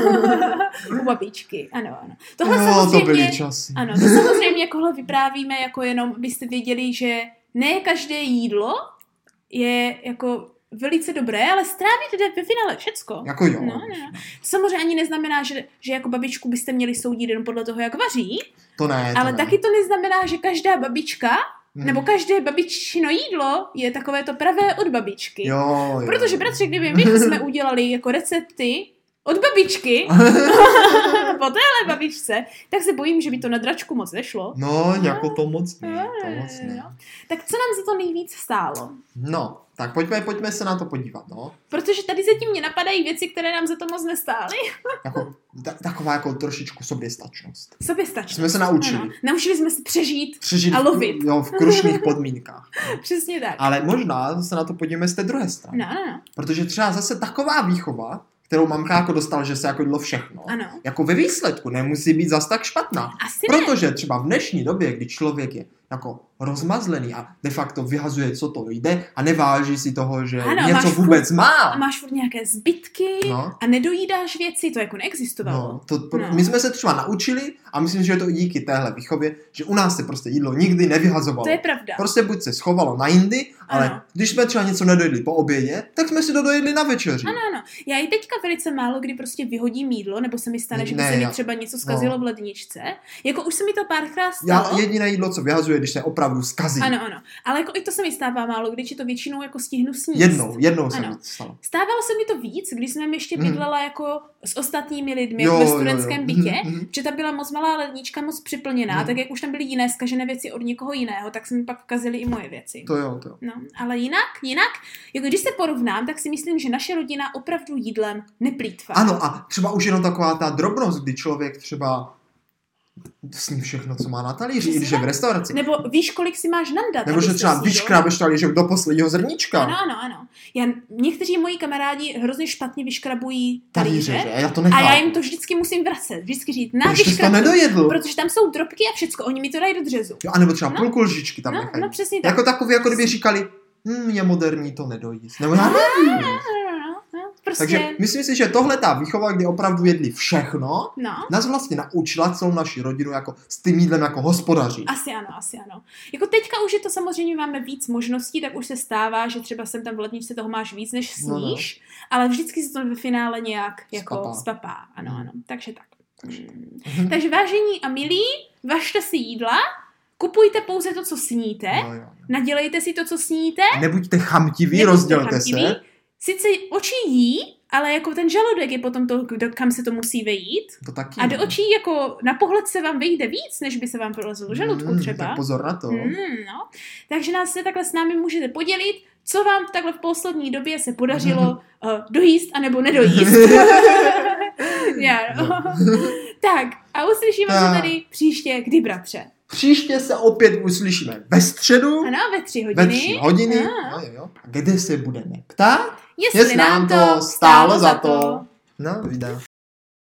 B: u babičky. Ano, ano. Tohle
A: Jo,
B: samozřejmě,
A: to byly časy.
B: ano, to samozřejmě jakohle vyprávíme jako jenom, abyste věděli, že ne každé jídlo je jako velice dobré, ale strávit jde ve finále všecko.
A: Jako jo.
B: No, no, no. To samozřejmě ani neznamená, že, že jako babičku byste měli soudit jenom podle toho, jak vaří,
A: To ne, to
B: ale
A: ne.
B: taky to neznamená, že každá babička
A: Hmm.
B: nebo každé babičino jídlo je takové to pravé od babičky.
A: Jo, jo.
B: Protože, bratře, kdyby my jsme udělali jako recepty od babičky po téhle babičce, tak se bojím, že by to na dračku moc nešlo.
A: No, jako to moc ne,
B: No,
A: to moc ne.
B: no. Tak co nám za to nejvíc stálo?
A: No, tak pojďme, pojďme se na to podívat, no.
B: Protože tady zatím mě napadají věci, které nám za to moc nestály.
A: Jako, ta, taková jako trošičku soběstačnost.
B: Soběstačnost.
A: Jsme se naučili.
B: Ano. Naučili jsme se přežít
A: Přežít
B: a lovit.
A: V, jo, v krušných podmínkách.
B: Přesně tak.
A: Ale možná se na to podíváme z té druhé strany.
B: No, no, no.
A: Protože třeba zase taková výchova, kterou mamka jako dostala, že se jako jídlo všechno,
B: Ano.
A: jako ve výsledku nemusí být zas tak špatná.
B: Asi ne.
A: Protože třeba v dnešní době, kdy člověk je jako rozmazlený a de facto vyhazuje, co to jde a neváží si toho, že
B: Ano,
A: něco
B: máš
A: vůbec
B: furt,
A: má.
B: A máš furt nějaké zbytky
A: No.
B: a nedojídáš věci, to jako neexistovalo.
A: No, to, to,
B: No.
A: My jsme se třeba naučili a myslím, že je to i díky téhle výchově, že u nás se prostě jídlo nikdy nevyhazovalo.
B: To je pravda.
A: Prostě buď se schovalo na jindy, ale
B: Ano.
A: když jsme třeba něco nedojedli po obědě, tak jsme si to dojedli na večeři.
B: Ano, ano. Já i teďka velice málo kdy prostě vyhodím jídlo, nebo se mi stane, že by
A: Ne,
B: se mi
A: já-
B: třeba něco zkazilo
A: no.
B: v ledničce. Jako už se mi to párkrát stalo.
A: Já jediné jídlo, co vyhazuje, když se opravdu zkazí.
B: Ano, ano. Ale jako i to se mi stává málo, když to většinou jako stihnu sníst.
A: Jednou, jednou se
B: Ano.
A: mi to stalo.
B: Stávalo se mi to víc, když jsem ještě
A: Mhm.
B: bydlela jako s ostatními lidmi
A: Jo,
B: jako ve
A: jo,
B: studentském
A: jo.
B: bytě,
A: Mhm, mhm.
B: že tam byla moc malá lednička, moc připlněná,
A: Mhm.
B: tak jak už tam byly jiné zkažené věci od někoho jiného, tak se mi pak vkazily i moje věci.
A: To jo, to jo.
B: No, ale jinak, jinak, jako když se porovnám, tak si myslím, že naše rodina opravdu jídlem neplýtvá.
A: Ano, a třeba už jenom taková ta drobnost, kdy člověk třeba sní všechno, co má na talíři, i
B: Přesně
A: když je v
B: tak.
A: restauraci.
B: Nebo víš, kolik si máš nandat.
A: Nebo že
B: abys to
A: třeba
B: snídl?
A: vyškrábeš talířek do posledního zrníčka.
B: Ano, ano, ano. Já, někteří moji kamarádi hrozně špatně vyškrabují
A: Talíře,
B: talíře.
A: že? Já to
B: A
A: nechápu.
B: já jim to vždycky musím vracet. Vždycky říct, na
A: Proč jsi to
B: vyškrabuj,
A: nedojedl?
B: protože tam jsou drobky a všecko. Oni mi to dají do dřezu.
A: Jo, anebo třeba
B: No.
A: půlku lžičky tam
B: No,
A: nechají.
B: no přesně tak.
A: Jako takový, jako kdyby říkali, hm, je moderní to nedojíst. Nebo já nevím.
B: No, no, no, prostě,
A: Takže myslím si, že tohle ta výchova, kdy opravdu jedli všechno,
B: no.
A: nás vlastně naučila celou naši rodinu jako s tím jídlem jako hospodařit.
B: Asi ano, asi ano. Jako teďka už je to samozřejmě, máme víc možností, tak už se stává, že třeba sem tam v ledničce toho máš víc, než
A: No, no.
B: sníš, ale vždycky se to ve finále nějak jako
A: Spapá.
B: spapá. Ano,
A: Mm.
B: ano. Takže tak. Mm. Takže vážení a milí, važte si jídla, kupujte pouze to, co sníte,
A: Jo, jo.
B: nadělejte si to, co sníte,
A: Nebuďte chamtiví,
B: nebuďte
A: rozdělte
B: chamtiví.
A: se.
B: Sice oči jí, ale jako ten žaludek je potom to, kdo- kam se to musí vejít.
A: To taky.
B: A
A: no.
B: do očí jako na pohled se vám vejde víc, než by se vám prolezlo do žaludku
A: Mm,
B: třeba.
A: Tak pozor na to.
B: Hmm, no. Takže nás se takhle s námi můžete podělit, co vám takhle v poslední době se podařilo uh, dojíst anebo nedojíst. Já, no. Tak, a uslyšíme se
A: Tak.
B: tady příště, kdy, bratře?
A: Příště se opět uslyšíme ve středu,
B: Ano, ve tři hodiny.
A: ve tři hodiny.
B: Ah.
A: Jo, jo, jo. A kde se budeme ptát,
B: Jestli,
A: jestli nám to stálo za to. No, vidíte.